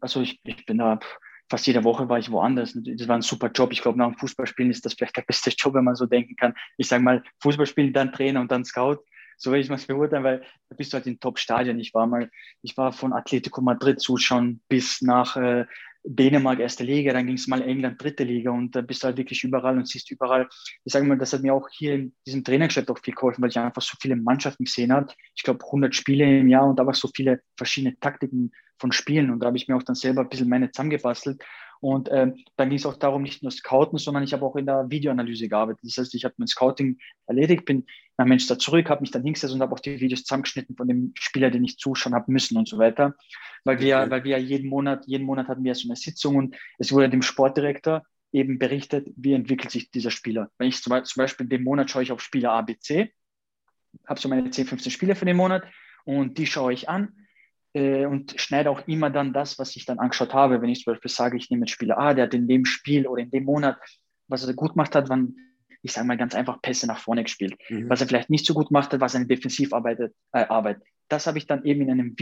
da fast jede Woche war ich woanders. Das war ein super Job. Ich glaube, nach dem Fußballspielen ist das vielleicht der beste Job, wenn man so denken kann. Ich sage mal, Fußballspielen, dann Trainer und dann Scout. So will ich es beurteilen, weil da bist du halt in Top-Stadien. Ich war von Atletico Madrid zuschauen bis nach Dänemark erste Liga, dann ging es mal England dritte Liga und da bist du halt wirklich überall und siehst überall. Ich sage mal, das hat mir auch hier in diesem Trainergeschäft auch viel geholfen, weil ich einfach so viele Mannschaften gesehen habe. Ich glaube 100 Spiele im Jahr und aber so viele verschiedene Taktiken von Spielen und da habe ich mir auch dann selber ein bisschen meine zusammengebastelt. Und dann ging es auch darum, nicht nur Scouten, sondern ich habe auch in der Videoanalyse gearbeitet. Das heißt, ich habe mein Scouting erledigt, bin nach Manchester zurück, habe mich dann hingesetzt und habe auch die Videos zusammengeschnitten von dem Spieler, den ich zuschauen habe müssen und so weiter. Weil wir jeden Monat hatten wir so eine Sitzung und es wurde dem Sportdirektor eben berichtet, wie entwickelt sich dieser Spieler. Wenn ich zum Beispiel den Monat schaue ich auf Spieler A, B, C, habe so meine 10, 15 Spiele für den Monat und die schaue ich an und schneide auch immer dann das, was ich dann angeschaut habe. Wenn ich zum Beispiel sage, ich nehme jetzt Spieler A, der hat in dem Spiel oder in dem Monat, was er gut gemacht hat, wann ich sage mal ganz einfach Pässe nach vorne gespielt. Was er vielleicht nicht so gut gemacht hat, war seine Defensivarbeit. Das habe ich dann eben in einem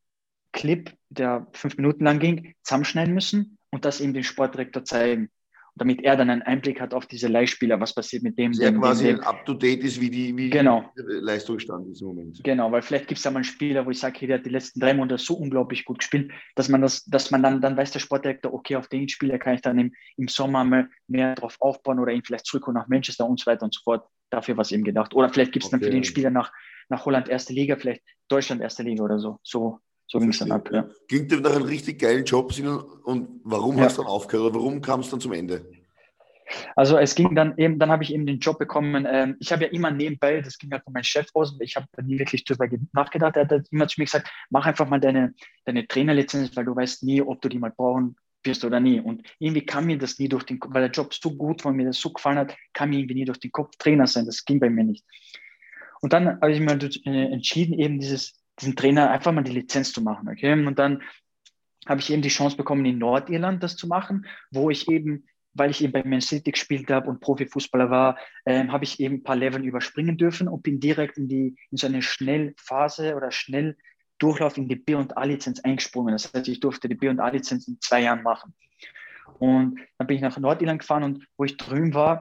Videoclip, der 5 Minuten lang ging, zusammenschneiden müssen und das eben dem Sportdirektor zeigen. damit er dann einen Einblick hat auf diese Leihspieler, was passiert mit dem, Sehr dem, quasi dem. up-to-date ist, wie Genau. der Leistungsstand ist im Moment. Genau, weil vielleicht gibt es da mal einen Spieler, wo ich sage, hey, der hat die letzten 3 Monate so unglaublich gut gespielt, dass man dann weiß der Sportdirektor, okay, auf den Spieler kann ich dann im Sommer mal mehr drauf aufbauen oder ihn vielleicht zurückholen nach Manchester und so weiter und so fort. Dafür war es eben gedacht. Oder vielleicht gibt es dann für den Spieler nach Holland erste Liga, vielleicht Deutschland erste Liga oder so. So ging es dann ab. Ja. Klingt dir nach einem richtig geilen Job, und warum hast du dann aufgehört? Warum kam es dann zum Ende? Also es ging dann habe ich eben den Job bekommen. Ich habe ja immer nebenbei, das ging halt von meinem Chef aus, ich habe nie wirklich darüber nachgedacht. Er hat immer zu mir gesagt, mach einfach mal deine Trainerlizenz, weil du weißt nie, ob du die mal brauchen wirst oder nie. Und irgendwie kam mir das nie durch den Kopf, weil der Job so gut war, mir das so gefallen hat, kam mir irgendwie nie durch den Kopf, Trainer sein. Das ging bei mir nicht. Und dann habe ich mir entschieden, eben diesen Trainer einfach mal die Lizenz zu machen. Okay? Und dann habe ich eben die Chance bekommen, in Nordirland das zu machen, wo ich eben, weil ich eben bei Man City gespielt habe und Profifußballer war, habe ich eben ein paar Level überspringen dürfen und bin direkt in so eine Schnellphase oder Schnelldurchlauf in die B- und A-Lizenz eingesprungen. Das heißt, ich durfte die B- und A-Lizenz in 2 Jahren machen. Und dann bin ich nach Nordirland gefahren und wo ich drüben war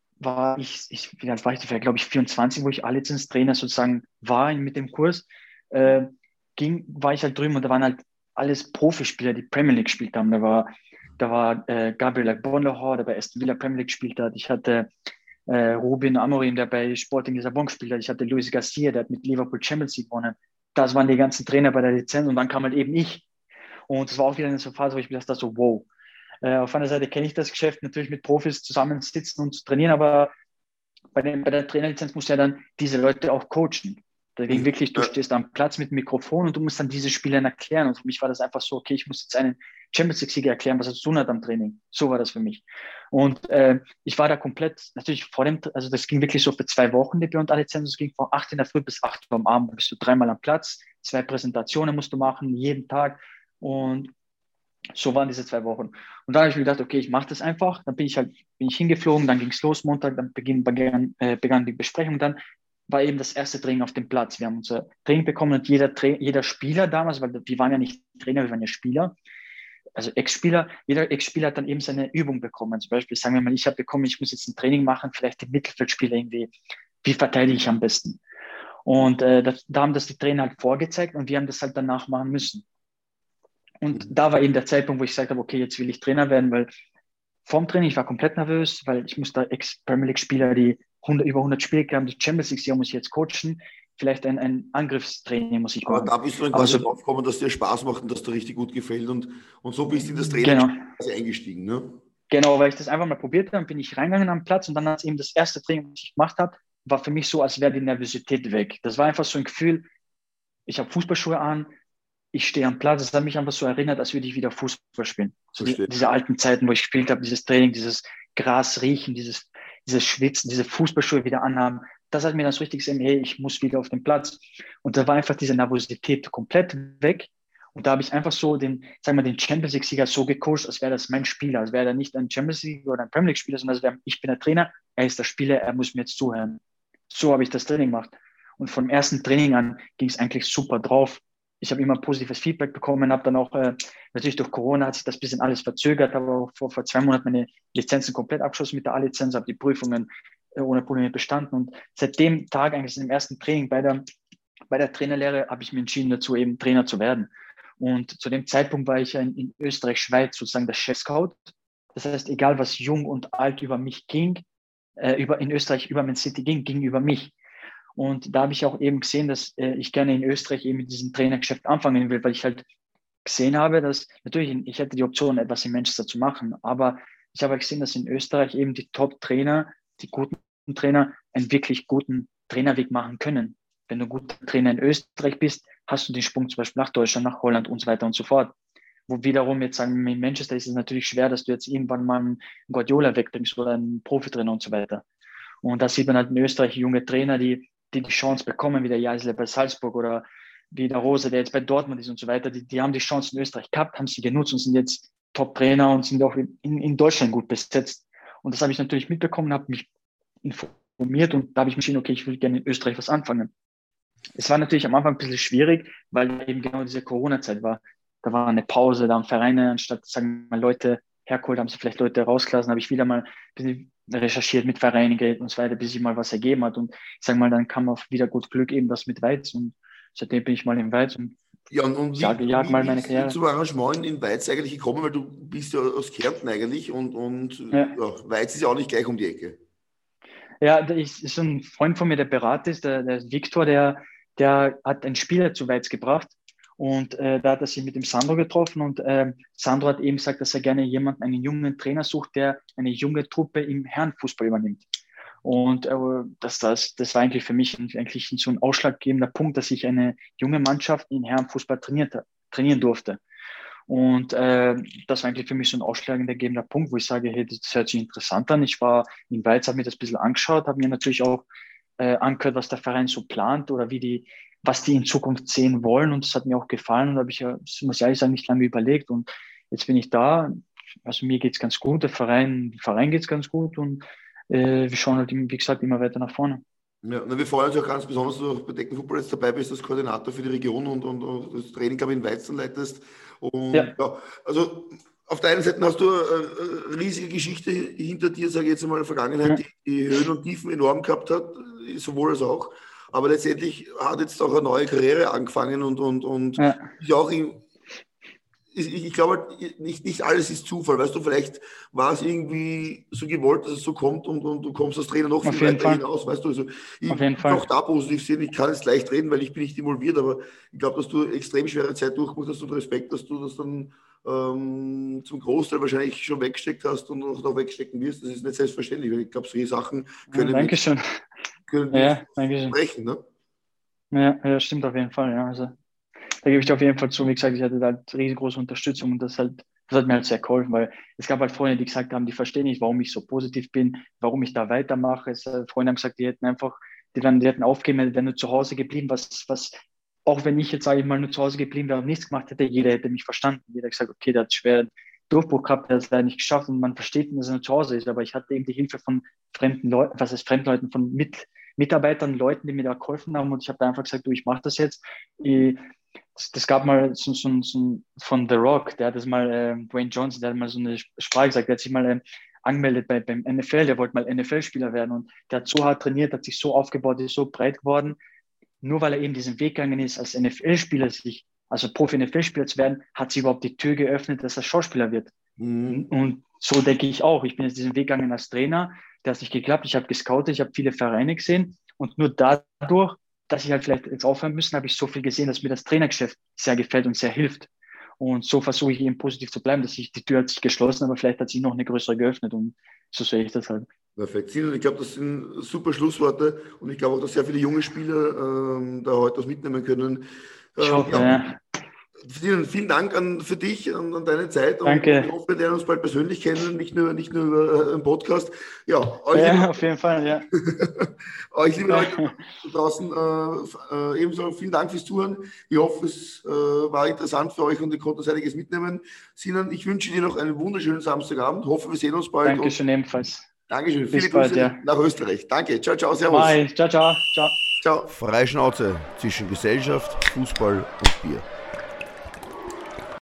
wie alt war ich, glaube ich 24, wo ich A-Lizenz-Trainer sozusagen war mit dem Kurs, war ich halt drüben und da waren halt alles Profispieler, die Premier League gespielt haben. Da war Gabriel Agbonlahor, der bei Aston Villa Premier League gespielt hat. Ich hatte Rubin Amorim, der bei Sporting Lissabon gespielt hat. Ich hatte Luis Garcia, der hat mit Liverpool Champions League gewonnen. Das waren die ganzen Trainer bei der Lizenz und dann kam halt eben ich. Und das war auch wieder eine so Phase, wo ich mir dachte, so wow. Auf einer Seite kenne ich das Geschäft, natürlich mit Profis zusammensitzen und zu trainieren, aber bei der Trainerlizenz musst du ja dann diese Leute auch coachen. Dagegen wirklich, du stehst am Platz mit dem Mikrofon und du musst dann diese Spielern erklären. Und für mich war das einfach so, okay, ich muss jetzt einen Champions League-Sieger erklären, was er zu tun hat am Training. So war das für mich. Und ich war da komplett, natürlich also das ging wirklich so für 2 Wochen, die B&A-Lizenz. Es ging von 8 in der Früh bis 8 Uhr am Abend. Da bist du 3-mal am Platz, 2 Präsentationen musst du machen, jeden Tag. Und so waren diese 2 Wochen. Und dann habe ich mir gedacht, okay, ich mache das einfach. Dann bin ich hingeflogen, dann ging es los Montag, dann begann die Besprechung. Dann war eben das erste Training auf dem Platz. Wir haben unser Training bekommen und jeder Spieler damals, weil wir waren ja nicht Trainer, wir waren ja Spieler, also Ex-Spieler, jeder Ex-Spieler hat dann eben seine Übung bekommen. Zum Beispiel sagen wir mal, ich habe bekommen, ich muss jetzt ein Training machen, vielleicht die Mittelfeldspieler irgendwie, wie verteidige ich am besten? Und da haben das die Trainer halt vorgezeigt und wir haben das halt danach machen müssen. Und da war eben der Zeitpunkt, wo ich gesagt habe, okay, jetzt will ich Trainer werden, weil vorm Training, ich war komplett nervös, weil ich musste Ex-Premier League-Spieler, die über 100 Spiele haben, die Champions League-Jahr muss ich jetzt coachen, vielleicht ein Angriffstraining muss ich machen. Aber da bist du dann quasi drauf gekommen, dass dir Spaß macht und dass dir richtig gut gefällt und so bist du in das Training quasi eingestiegen, ne? Genau, weil ich das einfach mal probiert habe, bin ich reingegangen am Platz und dann hat es eben das erste Training, was ich gemacht habe, war für mich so, als wäre die Nervosität weg. Das war einfach so ein Gefühl, ich habe Fußballschuhe an, ich stehe am Platz, es hat mich einfach so erinnert, als würde ich wieder Fußball spielen. So diese alten Zeiten, wo ich gespielt habe, dieses Training, dieses Gras riechen, dieses Schwitzen, diese Fußballschuhe wieder anhaben. Das hat mir dann so richtig gesagt, hey, ich muss wieder auf den Platz. Und da war einfach diese Nervosität komplett weg. Und da habe ich einfach so den Champions League-Sieger so gecoacht, als wäre das mein Spieler, als wäre er nicht ein Champions League oder ein Premier League-Spieler, sondern ich bin der Trainer, er ist der Spieler, er muss mir jetzt zuhören. So habe ich das Training gemacht. Und vom ersten Training an ging es eigentlich super drauf. Ich habe immer positives Feedback bekommen, habe dann auch, natürlich durch Corona hat sich das ein bisschen alles verzögert, habe auch vor 2 Monaten meine Lizenzen komplett abgeschlossen mit der A-Lizenz, habe die Prüfungen ohne Probleme bestanden und seit dem Tag, eigentlich im ersten Training bei der Trainerlehre, habe ich mich entschieden dazu, eben Trainer zu werden. Und zu dem Zeitpunkt war ich ja in Österreich, Schweiz sozusagen der Chef-Scout. Das heißt, egal was jung und alt über mich ging, in Österreich über Man City ging über mich. Und da habe ich auch eben gesehen, dass ich gerne in Österreich eben mit diesem Trainergeschäft anfangen will, weil ich halt gesehen habe, dass natürlich, ich hätte die Option, etwas in Manchester zu machen, aber ich habe gesehen, dass in Österreich eben die Top-Trainer, die guten Trainer, einen wirklich guten Trainerweg machen können. Wenn du ein guter Trainer in Österreich bist, hast du den Sprung zum Beispiel nach Deutschland, nach Holland und so weiter und so fort. Wo wiederum jetzt sagen wir, in Manchester ist es natürlich schwer, dass du jetzt irgendwann mal einen Guardiola wegbringst oder einen Profitrainer und so weiter. Und da sieht man halt in Österreich junge Trainer, die Chance bekommen, wie der Jaisle bei Salzburg oder wie der Rose, der jetzt bei Dortmund ist und so weiter. Die haben die Chance in Österreich gehabt, haben sie genutzt und sind jetzt Top-Trainer und sind auch in Deutschland gut besetzt. Und das habe ich natürlich mitbekommen, habe mich informiert und da habe ich mich entschieden, okay, ich will gerne in Österreich was anfangen. Es war natürlich am Anfang ein bisschen schwierig, weil eben genau diese Corona-Zeit war. Da war eine Pause, da haben Vereine, anstatt, sagen wir mal, Leute hergeholt, haben sie vielleicht Leute rausgelassen, habe ich wieder mal ein bisschen recherchiert, mit Vereinen geredet und so weiter, bis sich mal was ergeben hat. Und ich sage mal, dann kam auch wieder gut Glück eben das mit Weiz und seitdem bin ich mal im Weiz und Ja, und jag mal wie meine bist du Karriere. zum Arrangement in Weiz eigentlich gekommen? Weil du bist ja aus Kärnten eigentlich und Ja. ja, Weiz ist ja auch nicht gleich um die Ecke. Ja, da ist so ein Freund von mir, der Berater ist, der Viktor, der hat einen Spieler zu Weiz gebracht und da hat er sich mit dem Sandro getroffen und Sandro hat eben gesagt, dass er gerne einen jungen Trainer sucht, der eine junge Truppe im Herrenfußball übernimmt. Und das war eigentlich für mich eigentlich so ein ausschlaggebender Punkt, dass ich eine junge Mannschaft in Herrenfußball trainieren durfte. Und das war eigentlich für mich so ein ausschlaggebender Punkt, wo ich sage, hey, das hört sich interessant an. Ich war in Weiz, habe mir das ein bisschen angeschaut, habe mir natürlich auch angehört, was der Verein so plant oder was die in Zukunft sehen wollen. Und das hat mir auch gefallen und habe ich ja, das muss ich ehrlich sagen, nicht lange überlegt. Und jetzt bin ich da. Also mir geht's ganz gut, dem Verein geht's ganz gut und wir schauen halt, wie gesagt, immer weiter nach vorne. Ja, na, wir freuen uns auch ganz besonders, dass du auch bei Deckenfußball jetzt dabei bist, als Koordinator für die Region und das Training, glaube ich, in Weizen leitest. Und Ja, ja, also auf der einen Seite hast du eine riesige Geschichte hinter dir, sage ich jetzt einmal, in der Vergangenheit, ja, die Höhen und Tiefen enorm gehabt hat, sowohl als auch. Aber letztendlich hat jetzt auch eine neue Karriere angefangen und ja, ist ja auch ich glaube, nicht alles ist Zufall. Weißt du, vielleicht war es irgendwie so gewollt, dass es so kommt und du kommst als Trainer noch viel auf jeden weiter Fall, hinaus. Weißt du, also ich auf jeden muss auch Fall, da positiv sehen. Ich kann jetzt leicht reden, weil ich bin nicht involviert, aber ich glaube, dass du extrem schwere Zeit durchmachst hast und Respekt, dass du das dann zum Großteil wahrscheinlich schon weggesteckt hast und noch wegstecken wirst. Das ist nicht selbstverständlich, weil ich glaube, solche Sachen ja, danke schön. können wir nicht Ja, danke schön. sprechen. Ne? Ja, ja, stimmt auf jeden Fall. Ja. Also, da gebe ich dir auf jeden Fall zu. Wie gesagt, ich hatte da halt riesengroße Unterstützung und das hat mir halt sehr geholfen, weil es gab halt Freunde, die gesagt haben, die verstehen nicht, warum ich so positiv bin, warum ich da weitermache. Freunde haben gesagt, die hätten aufgegeben, die wären nur zu Hause geblieben, auch wenn ich jetzt, sage ich mal, nur zu Hause geblieben wäre und nichts gemacht hätte, jeder hätte mich verstanden. Jeder hat gesagt, okay, der hat schwer Durchbruch gehabt, der hat es leider nicht geschafft und man versteht, dass er nur zu Hause ist. Aber ich hatte eben die Hilfe von fremden Leuten, was heißt Fremdleuten, von Mitarbeitern, Leuten, die mir da geholfen haben und ich habe da einfach gesagt, du, ich mache das jetzt. Das gab mal so von The Rock, der hat das mal, Dwayne Johnson, der hat mal so eine Sprache gesagt, der hat sich mal angemeldet beim NFL, der wollte mal NFL-Spieler werden und der hat so hart trainiert, hat sich so aufgebaut, ist so breit geworden. Nur weil er eben diesen Weg gegangen ist, als NFL-Spieler also Profi-NFL-Spieler zu werden, hat sich überhaupt die Tür geöffnet, dass er Schauspieler wird. Mhm. Und so denke ich auch. Ich bin jetzt diesen Weg gegangen als Trainer, der hat nicht geklappt. Ich habe gescoutet, ich habe viele Vereine gesehen und nur dadurch, dass ich halt vielleicht jetzt aufhören müssen, habe ich so viel gesehen, dass mir das Trainergeschäft sehr gefällt und sehr hilft. Und so versuche ich eben positiv zu bleiben, die Tür hat sich geschlossen, aber vielleicht hat sich noch eine größere geöffnet und so sehe ich das halt. Perfekt. Sinan, ich glaube, das sind super Schlussworte und ich glaube auch, dass sehr viele junge Spieler da heute was mitnehmen können. Ich hoffe, Ja, ja. vielen Dank für dich, an deine Zeit und Danke. ich hoffe, wir lernen uns bald persönlich kennen, nicht nur über einen Podcast. Ja, Ja, auf jeden Fall, ja. euch liebe Leute da draußen ebenso vielen Dank fürs Zuhören. Ich hoffe, es war interessant für euch und ihr konntet einiges mitnehmen. Sinan, ich wünsche dir noch einen wunderschönen Samstagabend. Hoffe, wir sehen uns bald. Dankeschön ebenfalls. Dankeschön. Bis Viele bald, Grüße ja. nach Österreich. Danke. Ciao, ciao. Servus. Bye. Ciao, ciao. Ciao. Ciao. Freie Schnauze zwischen Gesellschaft, Fußball und Bier.